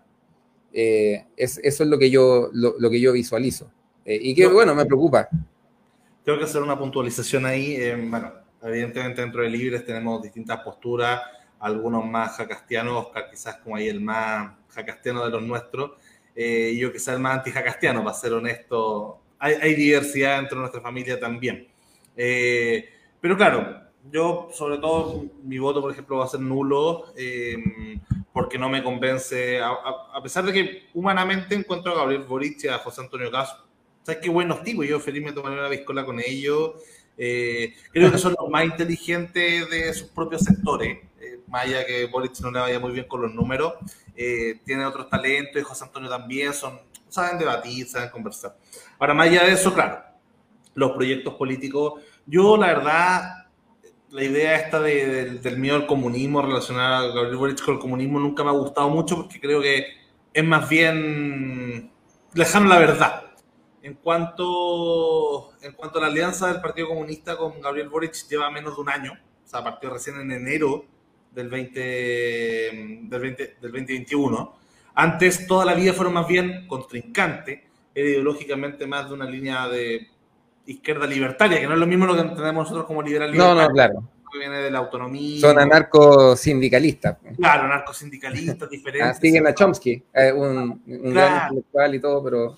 Eh, es, eso es lo que yo, lo, lo que yo visualizo. Eh, y que, bueno, me preocupa. Tengo que hacer una puntualización ahí. Eh, bueno, evidentemente dentro de Libres tenemos distintas posturas, algunos más jacastianos, Oscar quizás como ahí el más jacastiano de los nuestros, eh, yo quizás el más anti-jacastiano, para ser honesto. Hay, hay diversidad dentro de nuestra familia también. Eh, pero claro, yo, sobre todo, mi voto, por ejemplo, va a ser nulo, eh, porque no me convence, a, a, a pesar de que humanamente encuentro a Gabriel Boric y a José Antonio Caz, ¿sabes qué buenos tipos? Yo feliz me tomaré una piscola con ellos. Eh, creo que son los más inteligentes de sus propios sectores, eh, más allá que Boric no le vaya muy bien con los números, eh, tienen otros talentos, y José Antonio también, son, saben debatir, saben conversar. Ahora, más allá de eso, claro, los proyectos políticos, yo la verdad... La idea esta de, de, del miedo al comunismo, relacionada a Gabriel Boric con el comunismo, nunca me ha gustado mucho, porque creo que es más bien lejano a la verdad. En cuanto, en cuanto a la alianza del Partido Comunista con Gabriel Boric, lleva menos de un año, o sea, partió recién en enero del, veinte, del, veinte, del veinte veintiuno. Antes, toda la vida fueron más bien contrincantes, era ideológicamente más de una línea de izquierda libertaria, que no es lo mismo lo que entendemos nosotros como liberal libertario. No, no, claro. Que viene de la autonomía. Son anarcosindicalistas. Claro, anarcosindicalistas diferentes. Ah, siguen a Chomsky, eh, un, un claro. gran intelectual y todo, pero...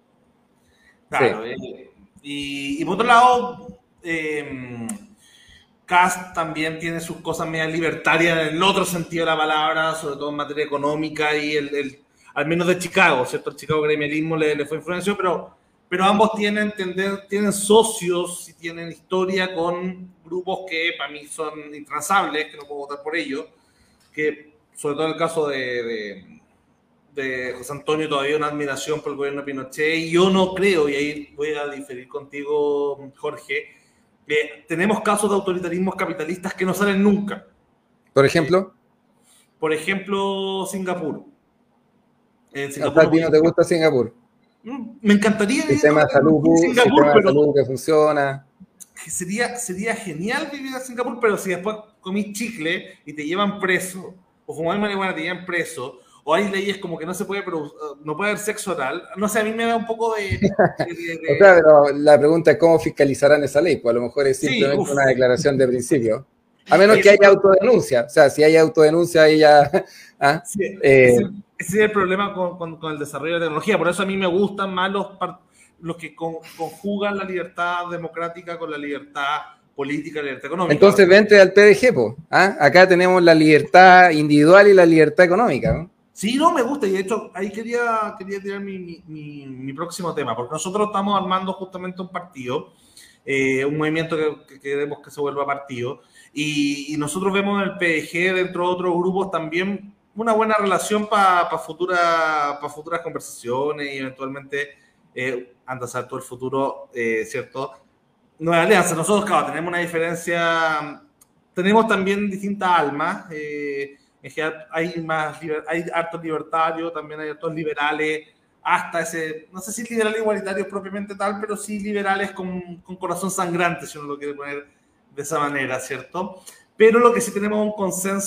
Claro, sí. eh, y, y por otro lado, eh, Kast también tiene sus cosas medio libertarias en el otro sentido de la palabra, sobre todo en materia económica, y el, el al menos de Chicago, ¿cierto? El Chicago gremialismo le, le fue influenciado, pero, pero ambos tienen, tender, tienen socios y tienen historia con grupos que para mí son intransables, que no puedo votar por ellos, que sobre todo en el caso de... de de José Antonio, todavía una admiración por el gobierno de Pinochet, y yo no creo, y ahí voy a diferir contigo, Jorge, que tenemos casos de autoritarismos capitalistas que no salen nunca. ¿Por ejemplo? Eh, por ejemplo, Singapur. En Singapur ¿A ti no te gusta Singapur? Me encantaría vivir sistema en Singapur, Singapur, sistema pero de salud que funciona. Sería, sería genial vivir en Singapur, pero si después comís chicle y te llevan preso, o fumás marihuana y te llevan preso, o hay leyes como que no se puede no puede haber sexo oral, no sé, a mí me da un poco de... de, de... O sea, pero la pregunta es cómo fiscalizarán esa ley, pues a lo mejor es simplemente sí, una declaración de principio. A menos que haya autodenuncia, o sea, si hay autodenuncia ahí ya... ¿ah? Sí, eh, ese, ese es el problema con, con, con el desarrollo de la tecnología, por eso a mí me gustan más los, los que con, conjugan la libertad democrática con la libertad política, la libertad económica. Entonces vente al P D G, pues. ¿Ah? Acá tenemos la libertad individual y la libertad económica, ¿no? Sí, no, me gusta, y de hecho ahí quería, quería tirar mi, mi, mi, mi próximo tema, porque nosotros estamos armando justamente un partido eh, un movimiento que, que queremos que se vuelva partido. Y, y nosotros vemos en el P D G, dentro de otros grupos, también una buena relación para pa futura, pa futuras conversaciones y eventualmente, eh, antes de todo el futuro, eh, ¿cierto? Nueva alianza. Nosotros, claro, tenemos una diferencia, tenemos también distintas almas. Eh, en general, hay más, hay hartos libertarios, también hay hartos liberales, hasta ese, no sé si liberales igualitarios propiamente tal, pero sí liberales con, con corazón sangrante, si uno lo quiere poner de esa manera, ¿cierto? Pero lo que sí tenemos un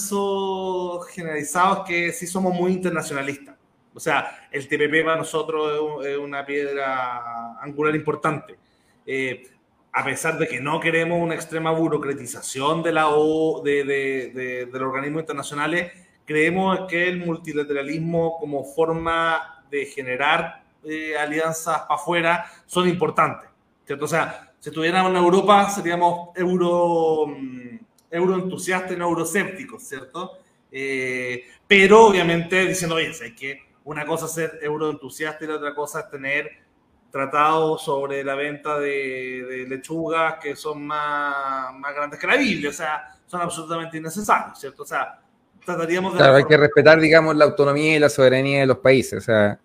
consenso generalizado es que sí somos muy internacionalistas. O sea, el T P P para nosotros es una piedra angular importante. Eh, a pesar de que no queremos una extrema burocratización de, la o, de, de, de, de los organismos internacionales, creemos que el multilateralismo como forma de generar eh, alianzas para afuera son importantes, ¿cierto? O sea, si estuviéramos en Europa seríamos euro, euroentusiastas y no euroscépticos, ¿cierto? Eh, pero obviamente diciendo, oye, es que una cosa es ser euroentusiasta y la otra cosa es tener tratados sobre la venta de, de lechugas que son más, más grandes que la Biblia, o sea, son absolutamente innecesarios, ¿cierto? O sea, trataríamos de... Claro, hay que respetar, digamos, la autonomía y la soberanía de los países, o sea,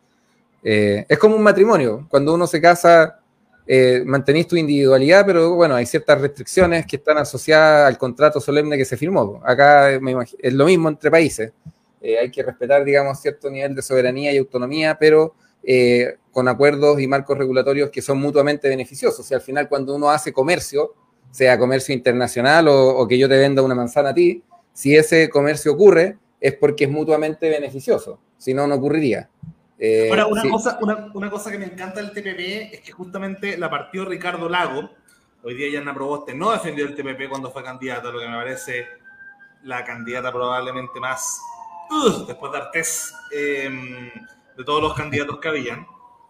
eh, es como un matrimonio, cuando uno se casa, eh, mantenís tu individualidad, pero bueno, hay ciertas restricciones que están asociadas al contrato solemne que se firmó. Acá me imagino, es lo mismo entre países, eh, hay que respetar, digamos, cierto nivel de soberanía y autonomía, pero eh, con acuerdos y marcos regulatorios que son mutuamente beneficiosos. O sea, al final cuando uno hace comercio, sea comercio internacional o, o que yo te venda una manzana a ti, si ese comercio ocurre es porque es mutuamente beneficioso, si no, no ocurriría. Eh, Ahora, una, sí. cosa, una, una cosa que me encanta del T P P es que justamente la partió Ricardo Lago, hoy día Yanna Proboste no defendió el T P P cuando fue candidata, lo que me parece la candidata probablemente más, uh, después de Artés, eh, de todos los candidatos que habían.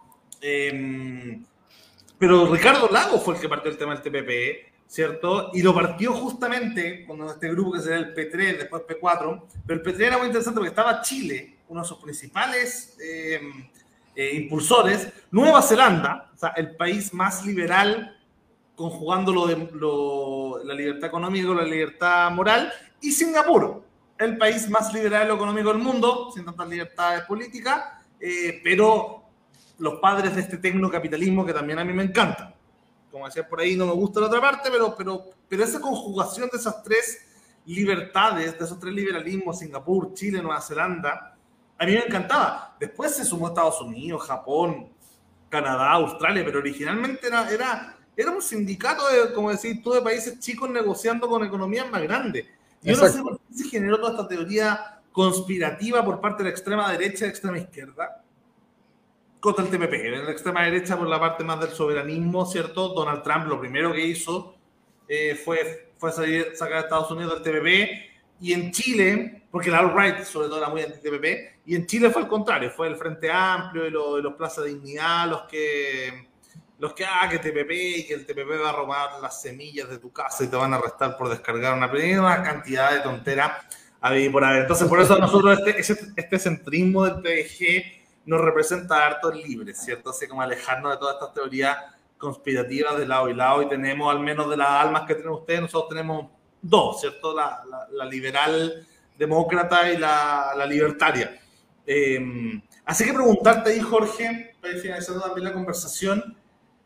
Eh, pero Ricardo Lago fue el que partió el tema del T P P, ¿cierto? Y lo partió justamente con este grupo que será el P tres, después P cuatro, pero el P tres era muy interesante porque estaba Chile, uno de sus principales eh, eh, impulsores, Nueva Zelanda, o sea, el país más liberal, conjugando lo de, lo, la libertad económica con la libertad moral, y Singapur, el país más liberal y económico del mundo, sin tantas libertades políticas, eh, pero los padres de este tecnocapitalismo que también a mí me encanta. Como decía por ahí, no me gusta la otra parte, pero, pero, pero esa conjugación de esas tres libertades, de esos tres liberalismos, Singapur, Chile, Nueva Zelanda, a mí me encantaba. Después se sumó Estados Unidos, Japón, Canadá, Australia, pero originalmente era, era, era un sindicato, de, como decís tú, de países chicos negociando con economías más grandes. Y yo no sé por qué se generó toda esta teoría conspirativa por parte de la extrema derecha y de la extrema izquierda contra el T P P. En la extrema derecha, por la parte más del soberanismo, ¿cierto? Donald Trump lo primero que hizo eh, fue, fue salir, sacar a Estados Unidos del T P P, y en Chile, porque la alt-right sobre todo era muy anti-T P P, y en Chile fue al contrario, fue el Frente Amplio y los, los Plaza Dignidad los que, los que, ah, que T P P y que el T P P va a robar las semillas de tu casa y te van a arrestar por descargar una, una cantidad de tonteras a vivir por haber. Entonces, por eso nosotros este, este, este centrismo del P D G nos representa hartos libres, ¿cierto? Así como alejarnos de todas estas teorías conspirativas de lado y lado, y tenemos al menos de las almas que tienen ustedes, nosotros tenemos dos, ¿cierto? La, la, la liberal demócrata y la, la libertaria. Eh, así que preguntarte ahí, Jorge, para ir finalizando también la conversación,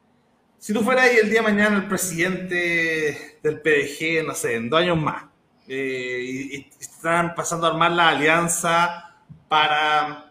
si tú fueras ahí el día de mañana el presidente del P D G, no sé, en dos años más, eh, y, y están pasando a armar la alianza para...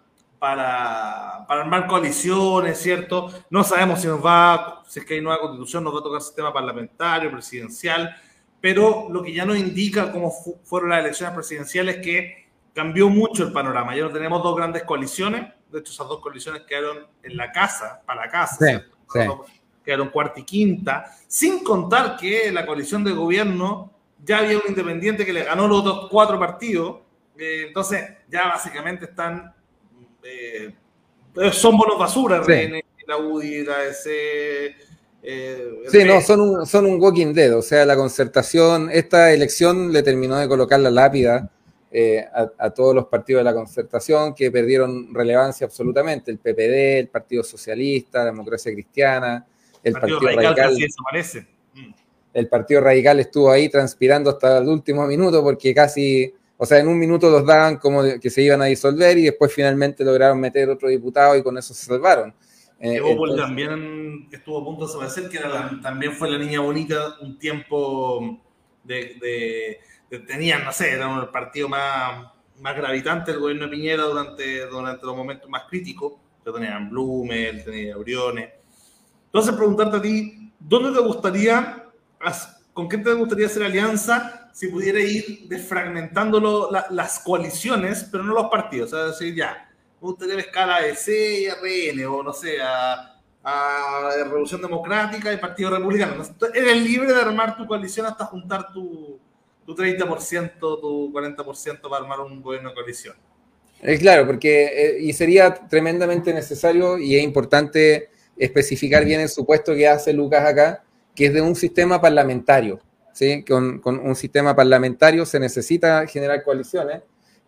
Para, para armar coaliciones, ¿cierto? No sabemos si nos va, si es que hay nueva constitución, nos va a tocar sistema parlamentario, presidencial, pero lo que ya nos indica cómo fu fueron las elecciones presidenciales es que cambió mucho el panorama. Ya no tenemos dos grandes coaliciones, de hecho esas dos coaliciones quedaron en la casa, para la casa, sí, sí. Quedaron cuarta y quinta, sin contar que la coalición de gobierno ya había un independiente que le ganó los otros cuatro partidos, eh, entonces ya básicamente están... Eh, son bonos basura, sí. R N, la U D I, la A D C. Eh, sí, no, son un, son un walking dead, o sea, la concertación, esta elección le terminó de colocar la lápida eh, a, a todos los partidos de la concertación que perdieron relevancia absolutamente, el P P D, el Partido Socialista, la Democracia Cristiana, el Partido, Partido Radical. Radical. Casi desaparece. el Partido Radical estuvo ahí transpirando hasta el último minuto porque casi, o sea, en un minuto los daban como que se iban a disolver y después finalmente lograron meter otro diputado y con eso se salvaron. Eh, Evópoli también estuvo a punto de desaparecer, que era la, también fue la niña bonita un tiempo de, de, de tenían, no sé, era el partido más, más gravitante del gobierno de Piñera durante, durante los momentos más críticos. Yo tenían Blumel, tenía Briones. Entonces, preguntarte a ti, ¿dónde te gustaría, con qué te gustaría hacer alianza si pudiera ir desfragmentando lo, la, las coaliciones, pero no los partidos? O sea, decir, ya, me gustaría pescar a A D C y a R N, o no sé, a, a Revolución Democrática y Partido Republicano. Eres libre de armar tu coalición hasta juntar tu, tu treinta por ciento, tu cuarenta por ciento para armar un gobierno de coalición. Eh, claro, porque eh, y sería tremendamente necesario y es importante especificar bien el supuesto que hace Lucas acá, que es de un sistema parlamentario, ¿sí? Con, con un sistema parlamentario se necesita generar coaliciones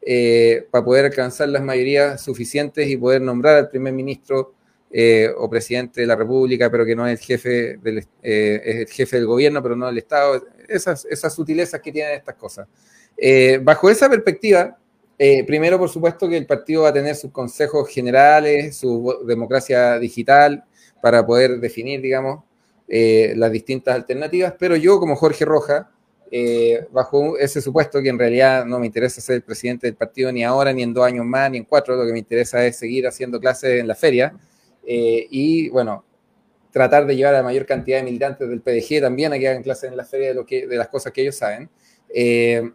eh, para poder alcanzar las mayorías suficientes y poder nombrar al primer ministro eh, o presidente de la República, pero que no es el jefe del, eh, es el jefe del gobierno, pero no del Estado, esas, esas sutilezas que tienen estas cosas. Eh, bajo esa perspectiva, eh, primero, por supuesto, que el partido va a tener sus consejos generales, su democracia digital, para poder definir, digamos, eh, las distintas alternativas, pero yo, como Jorge Roja, eh, bajo ese supuesto que en realidad no me interesa ser el presidente del partido ni ahora, ni en dos años más, ni en cuatro, lo que me interesa es seguir haciendo clases en la feria, eh, y, bueno, tratar de llevar a la mayor cantidad de militantes del P D G también a que hagan clases en la feria de, lo que, de las cosas que ellos saben. Eh,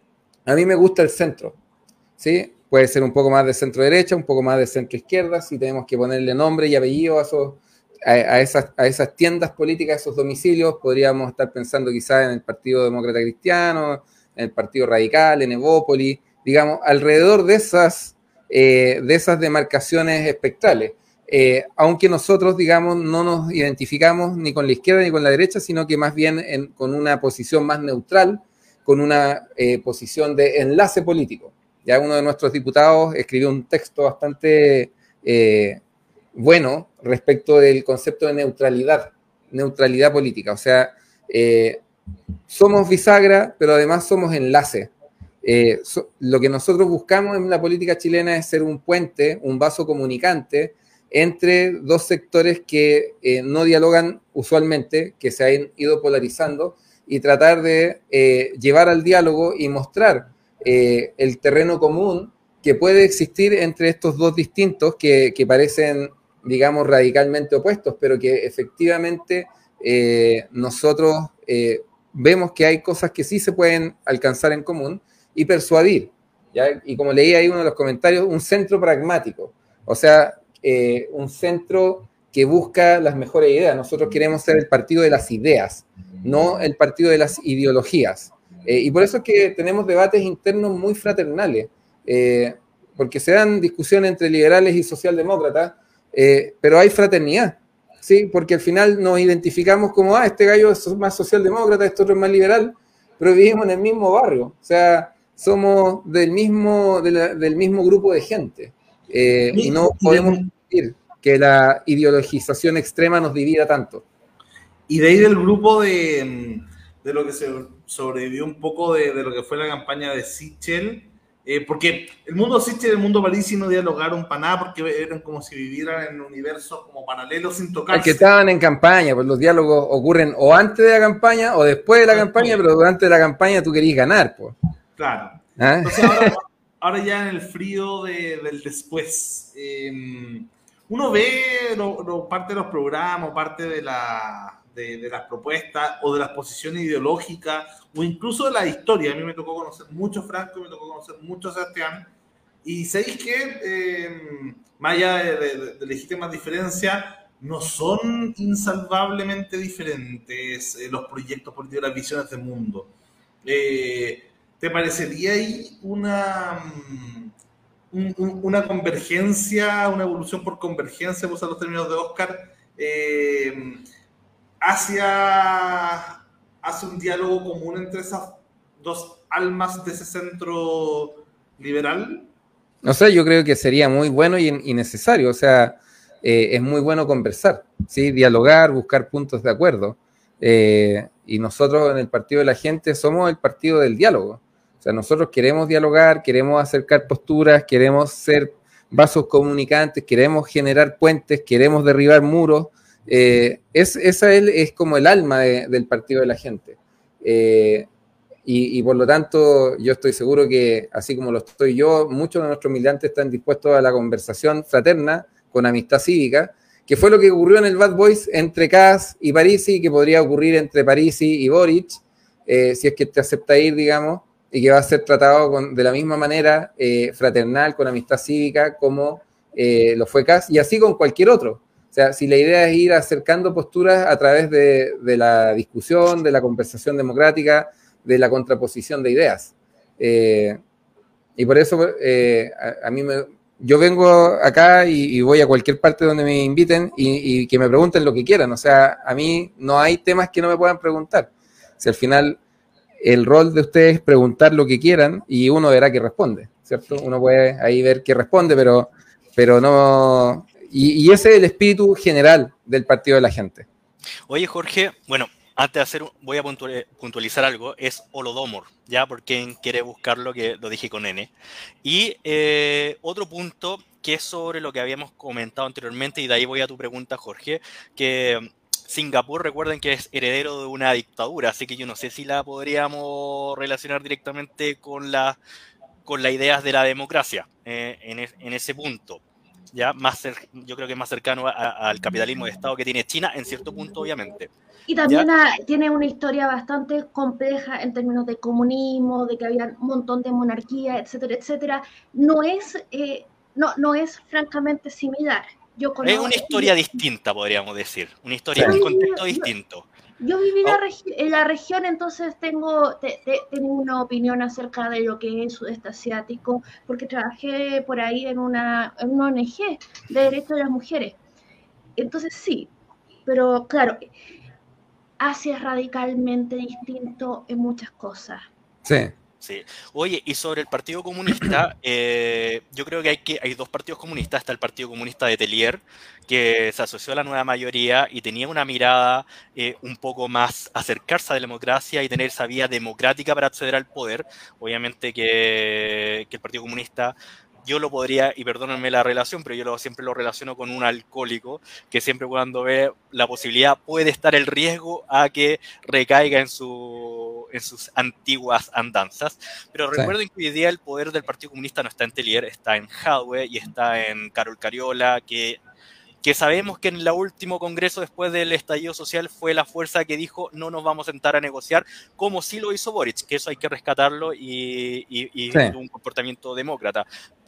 a mí me gusta el centro, ¿sí? Puede ser un poco más de centro-derecha, un poco más de centro-izquierda, si tenemos que ponerle nombre y apellido a, esos, a, a, esas, a esas tiendas políticas, a esos domicilios, podríamos estar pensando quizás en el Partido Demócrata Cristiano, en el Partido Radical, en Evópoli, digamos, alrededor de esas, eh, de esas demarcaciones espectrales. Eh, aunque nosotros, digamos, no nos identificamos ni con la izquierda ni con la derecha, sino que más bien en, con una posición más neutral, con una eh, posición de enlace político. Ya uno de nuestros diputados escribió un texto bastante eh, bueno respecto del concepto de neutralidad, neutralidad política. O sea, eh, somos bisagra, pero además somos enlace. Eh, so, lo que nosotros buscamos en la política chilena es ser un puente, un vaso comunicante entre dos sectores que eh, no dialogan usualmente, que se han ido polarizando, y tratar de eh, llevar al diálogo y mostrar eh, el terreno común que puede existir entre estos dos distintos que, que parecen, digamos, radicalmente opuestos, pero que efectivamente eh, nosotros eh, vemos que hay cosas que sí se pueden alcanzar en común y persuadir, ¿ya? Y como leí ahí uno de los comentarios, un centro pragmático, o sea, eh, un centro que busca las mejores ideas. Nosotros queremos ser el partido de las ideas, no el partido de las ideologías. Eh, y por eso es que tenemos debates internos muy fraternales, eh, porque se dan discusiones entre liberales y socialdemócratas, eh, pero hay fraternidad, ¿sí? Porque al final nos identificamos como, ah, este gallo es más socialdemócrata, este otro es más liberal, pero vivimos en el mismo barrio, o sea, somos del mismo, de la, del mismo grupo de gente, eh, y no podemos permitir que la ideologización extrema nos divida tanto. Y de ahí del grupo de, de lo que se sobrevivió un poco de, de lo que fue la campaña de Sichel, eh, porque el mundo Sichel y el mundo Parisi no dialogaron para nada, porque eran como si vivieran en universos como paralelos sin tocarse. Es que estaban en campaña, pues los diálogos ocurren o antes de la campaña o después de la campaña, pero durante la campaña tú querís ganar, pues. Claro. ¿Ah? Entonces ahora, ahora ya en el frío de, del después, eh, uno ve lo, lo, parte de los programas, parte de, la, de, de las propuestas o de las posiciones ideológicas o incluso de la historia. A mí me tocó conocer mucho Franco, me tocó conocer mucho Sebastián, y sabéis que eh, más allá de, de, de legítimas diferencias, no son insalvablemente diferentes eh, los proyectos políticos, las visiones del mundo. Eh, ¿Te parecería ahí una... Un, un, una convergencia, una evolución por convergencia, por usar los términos de Oscar, eh, hacia, hacia un diálogo común entre esas dos almas de ese centro liberal? No sé, yo creo que sería muy bueno y, y necesario, o sea, eh, es muy bueno conversar, ¿sí? Dialogar, buscar puntos de acuerdo. Eh, y nosotros en el Partido de la Gente somos el partido del diálogo. O sea, nosotros queremos dialogar, queremos acercar posturas, queremos ser vasos comunicantes, queremos generar puentes, queremos derribar muros. Eh, es, esa es, es como el alma de, del Partido de la Gente. Eh, y, y por lo tanto, yo estoy seguro que, así como lo estoy yo, muchos de nuestros militantes están dispuestos a la conversación fraterna con amistad cívica, que fue lo que ocurrió en el Bad Boys entre Kast y Parisi, que podría ocurrir entre Parisi y Boric, eh, si es que te acepta ir, digamos, y que va a ser tratado con, de la misma manera, eh, fraternal, con amistad cívica, como eh, lo fue Kast, y así con cualquier otro. O sea, si la idea es ir acercando posturas a través de, de la discusión, de la conversación democrática, de la contraposición de ideas. Eh, y por eso eh, a, a mí me... Yo vengo acá y, y voy a cualquier parte donde me inviten y, y que me pregunten lo que quieran. O sea, a mí no hay temas que no me puedan preguntar. Si al final el rol de ustedes es preguntar lo que quieran y uno verá que responde, ¿cierto? Uno puede ahí ver que responde, pero, pero no... Y, y ese es el espíritu general del Partido de la Gente. Oye, Jorge, bueno, antes de hacer, voy a puntualizar algo, es Holodomor, ya, por quien quiere buscarlo, que lo dije con N. Y eh, otro punto que es sobre lo que habíamos comentado anteriormente, y de ahí voy a tu pregunta, Jorge, que Singapur, recuerden que es heredero de una dictadura, así que yo no sé si la podríamos relacionar directamente con, la, con las ideas de la democracia eh, en, en ese punto. Ya más yo creo que es más cercano a, a, al capitalismo de Estado que tiene China, en cierto punto, obviamente. Y también a, tiene una historia bastante compleja en términos de comunismo, de que había un montón de monarquía, etcétera, etcétera. No es, eh, no, no es francamente similar. Yo conozco, es una historia yo, distinta, podríamos decir. Una historia, sí. Un contexto yo, distinto. Yo viví oh. la en la región, entonces tengo, te, te, tengo una opinión acerca de lo que es sudeste asiático, porque trabajé por ahí en una, en una O N G de derechos de las mujeres. Entonces sí, pero claro, Asia es radicalmente distinto en muchas cosas. Sí. Sí. Oye, y sobre el Partido Comunista, eh, yo creo que hay, que hay dos partidos comunistas. Está el Partido Comunista de Tellier, que se asoció a la nueva mayoría y tenía una mirada eh, un poco más acercarse a la democracia y tener esa vía democrática para acceder al poder. Obviamente que, que el Partido Comunista... Yo lo podría, y perdónenme la relación, pero yo lo, siempre lo relaciono con un alcohólico que siempre cuando ve la posibilidad puede estar el riesgo a que recaiga en, su, en sus antiguas andanzas. Pero sí. Recuerden que hoy día el poder del Partido Comunista no está en Tellier, está en Jadwe y está en Carol Cariola, que... que sabemos que en el último congreso después del estallido social fue la fuerza que dijo no nos vamos a sentar a negociar, como sí lo hizo Boric, que eso hay que rescatarlo y, y, y sí. Un comportamiento demócrata.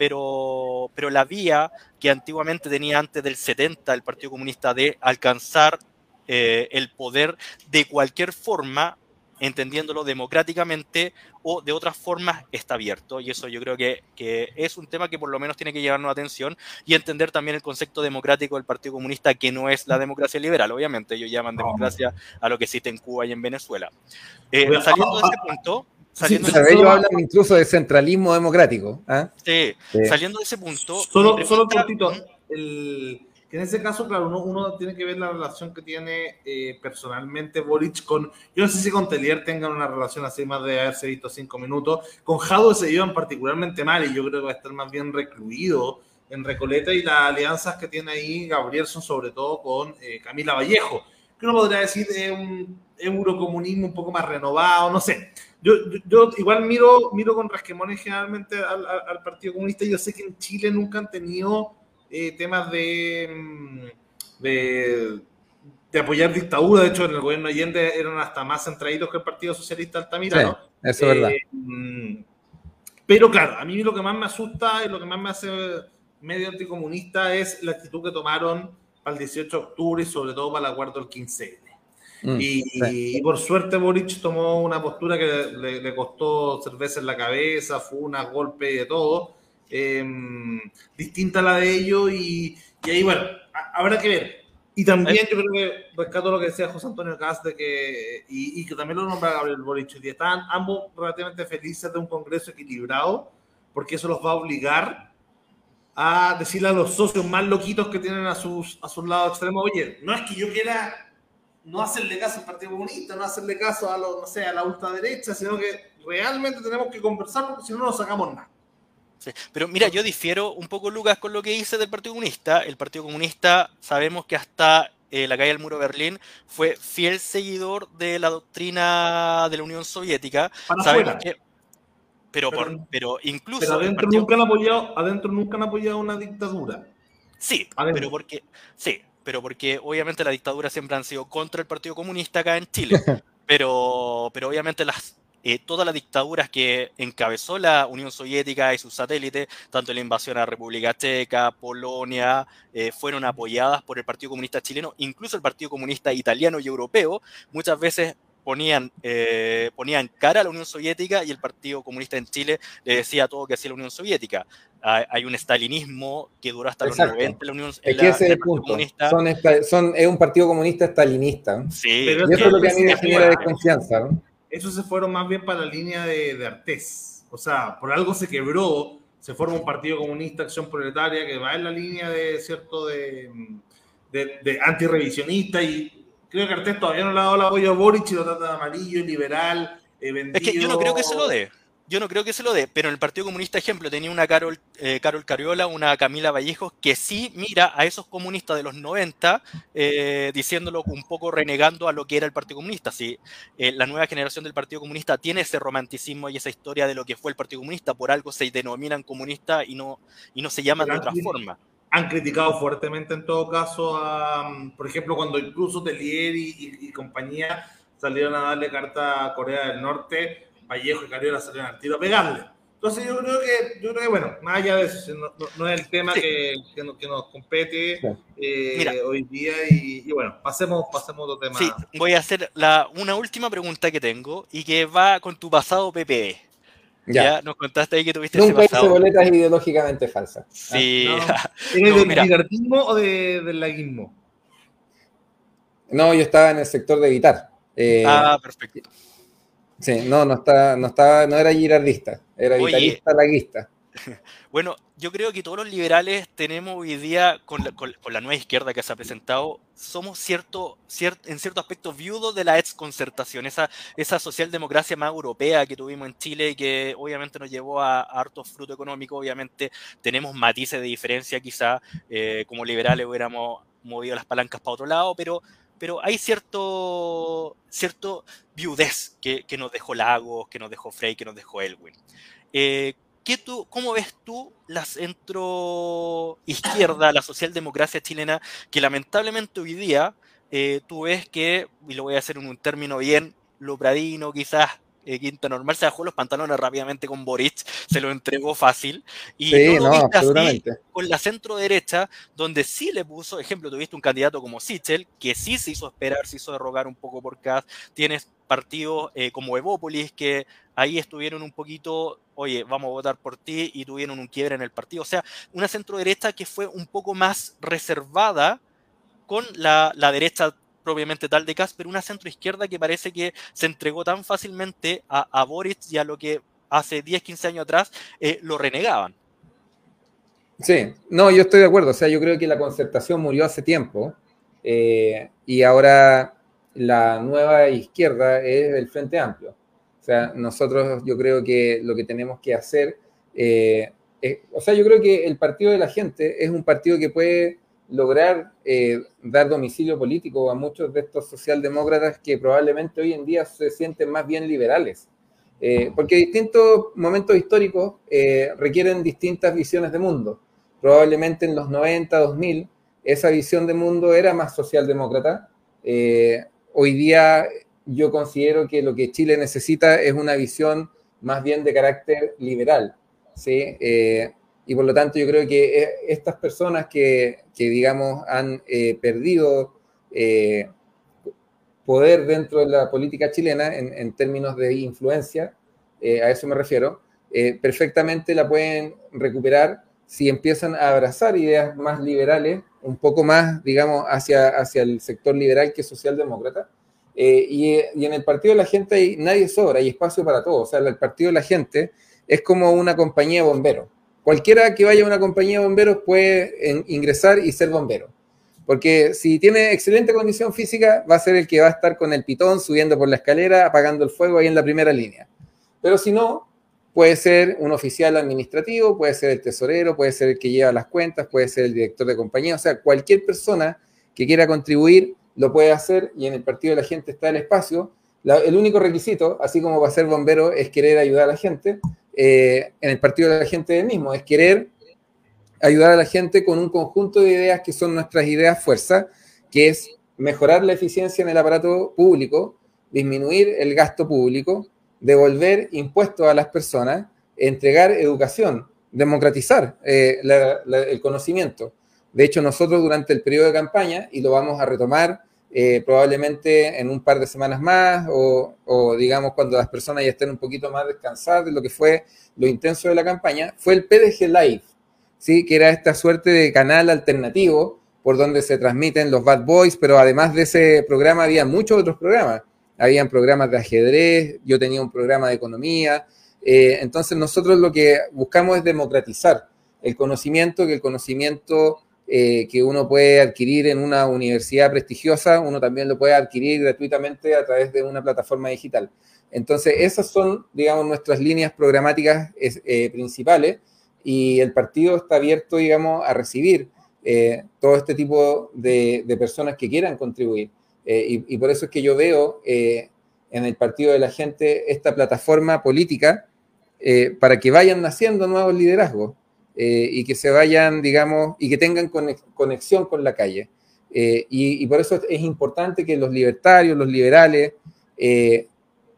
Pero, pero la vía que antiguamente tenía antes del setenta el Partido Comunista de alcanzar eh, el poder de cualquier forma, entendiéndolo democráticamente o de otras formas, está abierto, y eso yo creo que, que es un tema que por lo menos tiene que llevarnos atención y entender también el concepto democrático del Partido Comunista, que no es la democracia liberal, obviamente ellos llaman democracia a lo que existe en Cuba y en Venezuela. Eh, saliendo de ese punto... Saliendo sí, de ese ellos punto, hablan incluso de centralismo democrático. ¿eh? Sí, sí, saliendo de ese punto... Solo, pregunta, solo cortito, el... que en ese caso, claro, uno, uno tiene que ver la relación que tiene eh, personalmente Boric con, yo no sé si con Tellier tengan una relación así más de haberse visto cinco minutos, con Jadwe se llevan particularmente mal y yo creo que va a estar más bien recluido en Recoleta, y las alianzas que tiene ahí Gabriel son sobre todo con eh, Camila Vallejo, que uno podría decir de un eurocomunismo un poco más renovado, no sé. Yo, yo, yo igual miro, miro con resquemones generalmente al, al, al Partido Comunista. Yo sé que en Chile nunca han tenido Eh, temas de, de, de apoyar dictadura. De hecho, en el gobierno de Allende eran hasta más centraditos que el Partido Socialista Altamirano. Sí, eso es eh, verdad. Pero claro, a mí lo que más me asusta y lo que más me hace medio anticomunista es la actitud que tomaron para el dieciocho de octubre y sobre todo para el acuerdo del quince eme. Mm, y, sí. y por suerte Boric tomó una postura que le, le costó cerveza en la cabeza, fue una golpe y de todo. Eh, distinta a la de ellos y, y ahí bueno, a, habrá que ver. Y también yo creo que rescato lo que decía José Antonio Kast de que, y, y que también lo nombra Gabriel Boric, y están ambos relativamente felices de un congreso equilibrado, porque eso los va a obligar a decirle a los socios más loquitos que tienen a sus, a sus lados extremos, oye, no es que yo quiera no hacerle caso al Partido Comunista, no hacerle caso a, lo, no sé, a la ultraderecha, sino que realmente tenemos que conversar porque si no, no sacamos nada. Sí. Pero mira, yo difiero un poco, Lucas, con lo que dice del Partido Comunista. El Partido Comunista, sabemos que hasta eh, la caída del muro de Berlín fue fiel seguidor de la doctrina de la Unión Soviética. Para sabemos afuera. que, pero, pero, por, pero incluso... Pero adentro, partido... nunca han apoyado, adentro nunca han apoyado una dictadura. Sí, pero porque, sí, pero porque obviamente las dictaduras siempre han sido contra el Partido Comunista acá en Chile. pero, pero obviamente las... Eh, todas las dictaduras que encabezó la Unión Soviética y sus satélites, tanto en la invasión a la República Checa, Polonia, eh, fueron apoyadas por el Partido Comunista chileno, incluso el Partido Comunista italiano y europeo, muchas veces ponían, eh, ponían cara a la Unión Soviética y el Partido Comunista en Chile le decía todo que hacía la Unión Soviética. Hay un stalinismo que duró hasta Exacto. los noventa en la Unión es en que la, ese es el punto. Comunista. Son, esta, son, es un partido comunista stalinista. Sí, pero y eso es lo que a mí me sí, genera desconfianza, ¿no? Eso se fueron más bien para la línea de, de Artés. O sea, por algo se quebró, se forma un partido comunista, Acción Proletaria, que va en la línea de, cierto, de, de, de antirrevisionista, y creo que Artés todavía no le ha dado el apoyo a Boric y lo trata de amarillo, liberal, eh, vendido. Es que yo no creo que se lo dé. Yo no creo que se lo dé, pero en el Partido Comunista, ejemplo, tenía una Carol, eh, Carol Cariola, una Camila Vallejos, que sí mira a esos comunistas de los noventa, eh, diciéndolo un poco renegando a lo que era el Partido Comunista. Sí, eh, la nueva generación del Partido Comunista tiene ese romanticismo y esa historia de lo que fue el Partido Comunista, por algo se denominan comunistas y no, y no se llaman de otra forma. Han criticado fuertemente en todo caso, a, por ejemplo, cuando incluso Tellier y, y, y compañía salieron a darle carta a Corea del Norte, Vallejo y Cariola salieron al tiro a pegarle. Entonces yo creo que, yo creo que bueno, más allá de eso, no, no, no es el tema sí. que, que, nos, que nos compete sí. eh, hoy día y, y bueno, pasemos, pasemos a otro tema. Sí, voy a hacer la, una última pregunta que tengo y que va con tu pasado P P D. Ya. ya nos contaste ahí que tuviste Nunca ese pasado. hice boletas ideológicamente falsas. Sí. Ah, no. ¿Eres no, del libertismo o de, del laguismo? No, yo estaba en el sector de Vitar. Eh, ah, perfecto. Sí, no, no estaba, no estaba, no era girardista, era Oye, vitarista, laguista. Bueno, yo creo que todos los liberales tenemos hoy día, con la, con, con la nueva izquierda que se ha presentado, somos cierto, ciert, en cierto aspecto viudos de la exconcertación, esa, esa socialdemocracia más europea que tuvimos en Chile y que obviamente nos llevó a, a harto fruto económico. Obviamente tenemos matices de diferencia, quizá eh, como liberales hubiéramos movido las palancas para otro lado, pero pero hay cierto, cierto viudez que, que nos dejó Lagos, que nos dejó Frey, que nos dejó Elwin. Eh, ¿qué tú, ¿Cómo ves tú la centroizquierda, la socialdemocracia chilena, que lamentablemente hoy día eh, tú ves que, y lo voy a hacer en un término bien lopradino, quizás, Eh, Quinta Normal se bajó los pantalones rápidamente con Boric, se lo entregó fácil, y sí, no lo no, viste así absolutamente. con la centro derecha, donde sí le puso, ejemplo, tuviste un candidato como Sichel, que sí se hizo esperar, se hizo derrogar un poco por Kast, tienes partidos eh, como Evópolis, que ahí estuvieron un poquito, oye, vamos a votar por ti, y tuvieron un quiebre en el partido, o sea, una centro derecha que fue un poco más reservada con la, la derecha propiamente tal de Kast, pero una centroizquierda que parece que se entregó tan fácilmente a, a Boric y a lo que hace diez, quince años atrás eh, lo renegaban. Sí, no, yo estoy de acuerdo, o sea, yo creo que la concertación murió hace tiempo eh, y ahora la nueva izquierda es el Frente Amplio. O sea, nosotros yo creo que lo que tenemos que hacer, eh, es, o sea, yo creo que el Partido de la Gente es un partido que puede lograr eh, dar domicilio político a muchos de estos socialdemócratas que probablemente hoy en día se sienten más bien liberales. Eh, porque distintos momentos históricos eh, requieren distintas visiones de mundo. Probablemente en los noventa, dos mil, esa visión de mundo era más socialdemócrata. Eh, hoy día yo considero que lo que Chile necesita es una visión más bien de carácter liberal, ¿sí? Eh, y por lo tanto yo creo que estas personas que, que digamos, han eh, perdido eh, poder dentro de la política chilena en, en términos de influencia, eh, a eso me refiero, eh, perfectamente la pueden recuperar si empiezan a abrazar ideas más liberales, un poco más, digamos, hacia, hacia el sector liberal que socialdemócrata. Eh, y, y en el Partido de la Gente hay, nadie sobra, hay espacio para todos. O sea, el Partido de la Gente es como una compañía de bomberos. Cualquiera que vaya a una compañía de bomberos puede en, ingresar y ser bombero. Porque si tiene excelente condición física, va a ser el que va a estar con el pitón subiendo por la escalera, apagando el fuego ahí en la primera línea. Pero si no, puede ser un oficial administrativo, puede ser el tesorero, puede ser el que lleva las cuentas, puede ser el director de compañía. O sea, cualquier persona que quiera contribuir lo puede hacer, y en el Partido de la Gente está el espacio. La, el único requisito, así como para ser bombero, es querer ayudar a la gente. Eh, en el Partido de la Gente es el mismo, es querer ayudar a la gente con un conjunto de ideas que son nuestras ideas fuerza, que es mejorar la eficiencia en el aparato público, disminuir el gasto público, devolver impuestos a las personas, entregar educación, democratizar eh, la, la, el conocimiento. De hecho, nosotros durante el periodo de campaña, y lo vamos a retomar eh, probablemente en un par de semanas más, o, o digamos cuando las personas ya estén un poquito más descansadas de lo que fue lo intenso de la campaña, fue el P D G Live, ¿sí? Que era esta suerte de canal alternativo por donde se transmiten los Bad Boys, pero además de ese programa había muchos otros programas. Habían programas de ajedrez, yo tenía un programa de economía. Eh, entonces nosotros lo que buscamos es democratizar el conocimiento, que el conocimiento eh, que uno puede adquirir en una universidad prestigiosa, uno también lo puede adquirir gratuitamente a través de una plataforma digital. Entonces esas son, digamos, nuestras líneas programáticas eh, principales, y el partido está abierto, digamos, a recibir eh, todo este tipo de, de personas que quieran contribuir. Eh, y, y por eso es que yo veo eh, en el Partido de la Gente esta plataforma política eh, para que vayan naciendo nuevos liderazgos eh, y que se vayan, digamos, y que tengan conexión con la calle. Eh, y, y por eso es importante que los libertarios, los liberales, eh,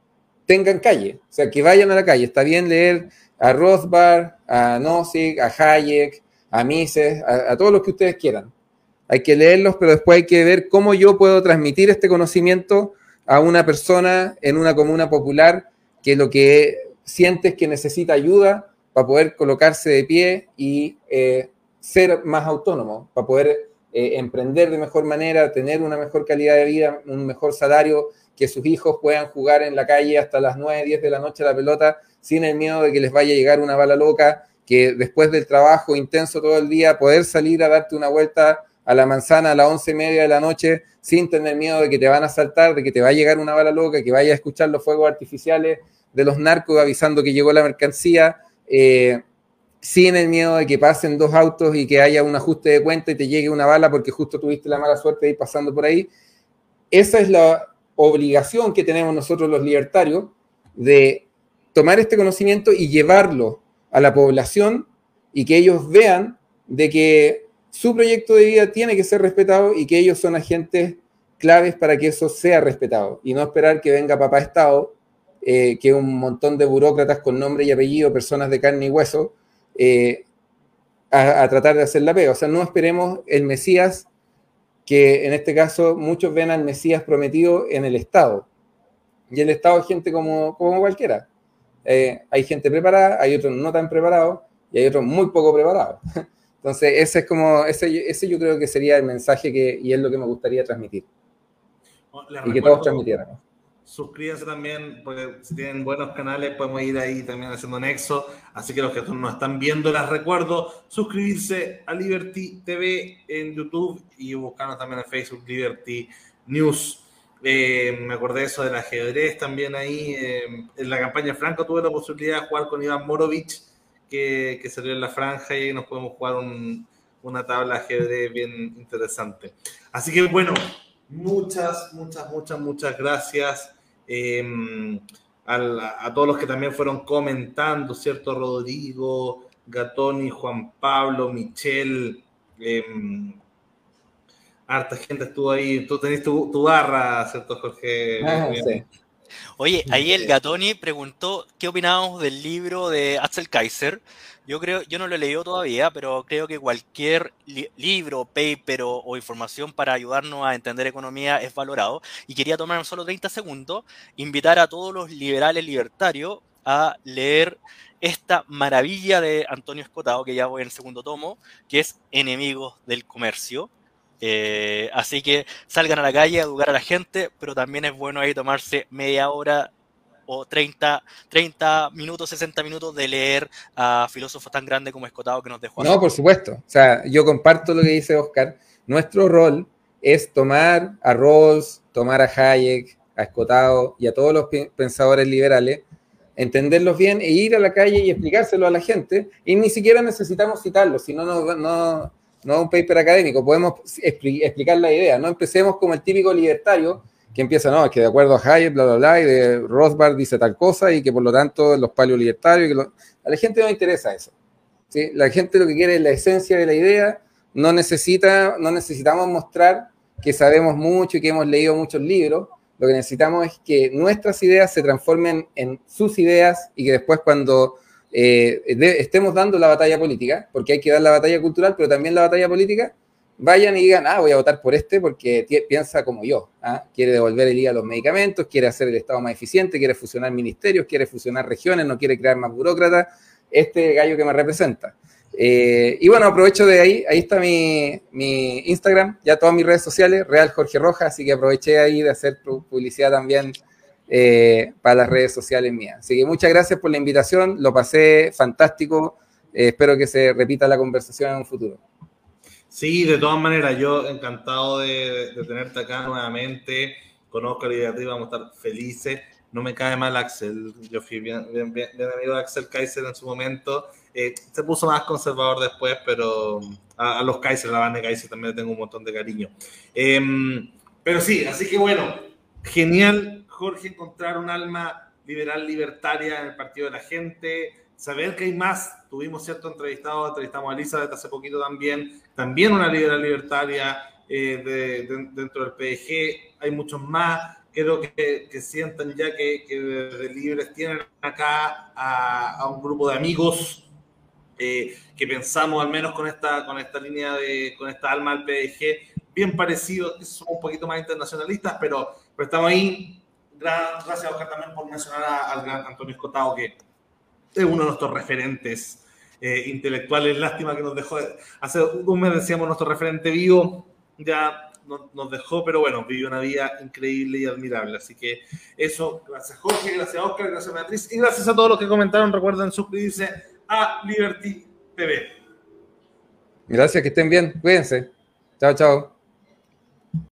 tengan calle, o sea, que vayan a la calle. Está bien leer a Rothbard, a Nozick, a Hayek, a Mises, a, a todos los que ustedes quieran. Hay que leerlos, pero después hay que ver cómo yo puedo transmitir este conocimiento a una persona en una comuna popular que lo que siente es que necesita ayuda para poder colocarse de pie y eh, ser más autónomo, para poder eh, emprender de mejor manera, tener una mejor calidad de vida, un mejor salario, que sus hijos puedan jugar en la calle hasta las nueve, diez de la noche a la pelota sin el miedo de que les vaya a llegar una bala loca, que después del trabajo intenso todo el día, poder salir a darte una vuelta a la manzana a las once y media de la noche sin tener miedo de que te van a asaltar, de que te va a llegar una bala loca, que vaya a escuchar los fuegos artificiales de los narcos avisando que llegó la mercancía, eh, sin el miedo de que pasen dos autos y que haya un ajuste de cuenta y te llegue una bala porque justo tuviste la mala suerte de ir pasando por ahí. Esa es la obligación que tenemos nosotros los libertarios de tomar este conocimiento y llevarlo a la población y que ellos vean de que su proyecto de vida tiene que ser respetado y que ellos son agentes claves para que eso sea respetado, y no esperar que venga papá Estado, eh, que un montón de burócratas con nombre y apellido, personas de carne y hueso, eh, a, a tratar de hacer la pega. O sea, no esperemos el Mesías, que en este caso muchos ven al Mesías prometido en el Estado, y el Estado es gente como, como cualquiera. Eh, hay gente preparada, hay otros no tan preparados y hay otros muy poco preparados. Entonces, ese es como, ese, ese yo creo que sería el mensaje que, y es lo que me gustaría transmitir. Les y que todos transmitieran. Suscríbanse también, porque si tienen buenos canales podemos ir ahí también haciendo nexo. Así que los que nos están viendo, les recuerdo suscribirse a Liberty T V en YouTube y buscarnos también en Facebook, Liberty News. Eh, me acordé eso del ajedrez también ahí. Eh, en la campaña Franco tuve la posibilidad de jugar con Iván Morovich, que, que salió en la franja, y nos podemos jugar un, una tabla de ajedrez bien interesante. Así que bueno, muchas, muchas, muchas, muchas gracias eh, a, a todos los que también fueron comentando, ¿cierto? Rodrigo, Gatoni, Juan Pablo, Michelle, eh, harta gente estuvo ahí. Tú tenés tu, tu barra, ¿cierto, Jorge? Ah, sí. Oye, ahí el Gatoni preguntó qué opinábamos del libro de Axel Kaiser. Yo creo, yo no lo he leído todavía, pero creo que cualquier li libro, paper o, o información para ayudarnos a entender economía es valorado. Y quería tomar solo treinta segundos, invitar a todos los liberales libertarios a leer esta maravilla de Antonio Escotado, que ya voy en el segundo tomo, que es Enemigos del Comercio. Eh, así que salgan a la calle a educar a la gente, pero también es bueno ahí tomarse media hora o treinta, treinta minutos, sesenta minutos de leer a filósofos tan grandes como Escotado, que nos dejó. No, por supuesto. O sea, yo comparto lo que dice Oscar. nuestro rol es tomar a Rawls, tomar a Hayek, a Escotado y a todos los pensadores liberales, entenderlos bien e ir a la calle y explicárselo a la gente, y ni siquiera necesitamos citarlos, si no, no, no, no es un paper académico, podemos expli explicar la idea, no empecemos como el típico libertario, que empieza, no, es que de acuerdo a Hayek, bla, bla, bla, y de Rothbard dice tal cosa, y que por lo tanto los paleolibertarios, que lo... a la gente no le interesa eso, ¿sí? La gente lo que quiere es la esencia de la idea, no, necesita, no necesitamos mostrar que sabemos mucho y que hemos leído muchos libros. Lo que necesitamos es que nuestras ideas se transformen en sus ideas y que después cuando eh, de, estemos dando la batalla política, porque hay que dar la batalla cultural, pero también la batalla política, vayan y digan, ah, voy a votar por este porque piensa como yo, ¿ah? Quiere devolver el I V A a los medicamentos, quiere hacer el Estado más eficiente, quiere fusionar ministerios, quiere fusionar regiones, no quiere crear más burócratas, este gallo que me representa. Eh, y bueno, aprovecho de ahí, ahí está mi, mi Instagram, ya todas mis redes sociales, Real Jorge Rojas, así que aproveché ahí de hacer publicidad también eh, para las redes sociales mías. Así que muchas gracias por la invitación, lo pasé fantástico, eh, espero que se repita la conversación en un futuro. Sí, de todas maneras, yo encantado de, de tenerte acá nuevamente, con Oscar y Beatriz, vamos a estar felices. No me cae mal Axel, yo fui bien, bien, bien, bien amigo de Axel Kaiser en su momento, eh, se puso más conservador después, pero a, a los Kaiser, la banda de Kaiser también le tengo un montón de cariño. Eh, pero sí, así que bueno, genial, Jorge, encontrar un alma liberal libertaria en el Partido de la Gente, saber que hay más, tuvimos cierto entrevistado, entrevistamos a Elizabeth hace poquito también, también una liberal libertaria eh, de, de, dentro del P D G, hay muchos más. Creo que, que sientan ya que, que de Libres tienen acá a, a un grupo de amigos eh, que pensamos al menos con esta, con esta línea, de, con esta alma del P D G, bien parecido, somos un poquito más internacionalistas, pero, pero estamos ahí. Gracias, Oscar, también por mencionar a, al gran Antonio Escotado, que es uno de nuestros referentes eh, intelectuales. Lástima que nos dejó, hace un mes decíamos nuestro referente vivo, ya nos dejó, pero bueno, vivió una vida increíble y admirable. Así que eso, gracias Jorge, gracias Oscar, gracias Beatriz y gracias a todos los que comentaron. Recuerden suscribirse a Liberty T V. Gracias, que estén bien, cuídense. Chao, chao.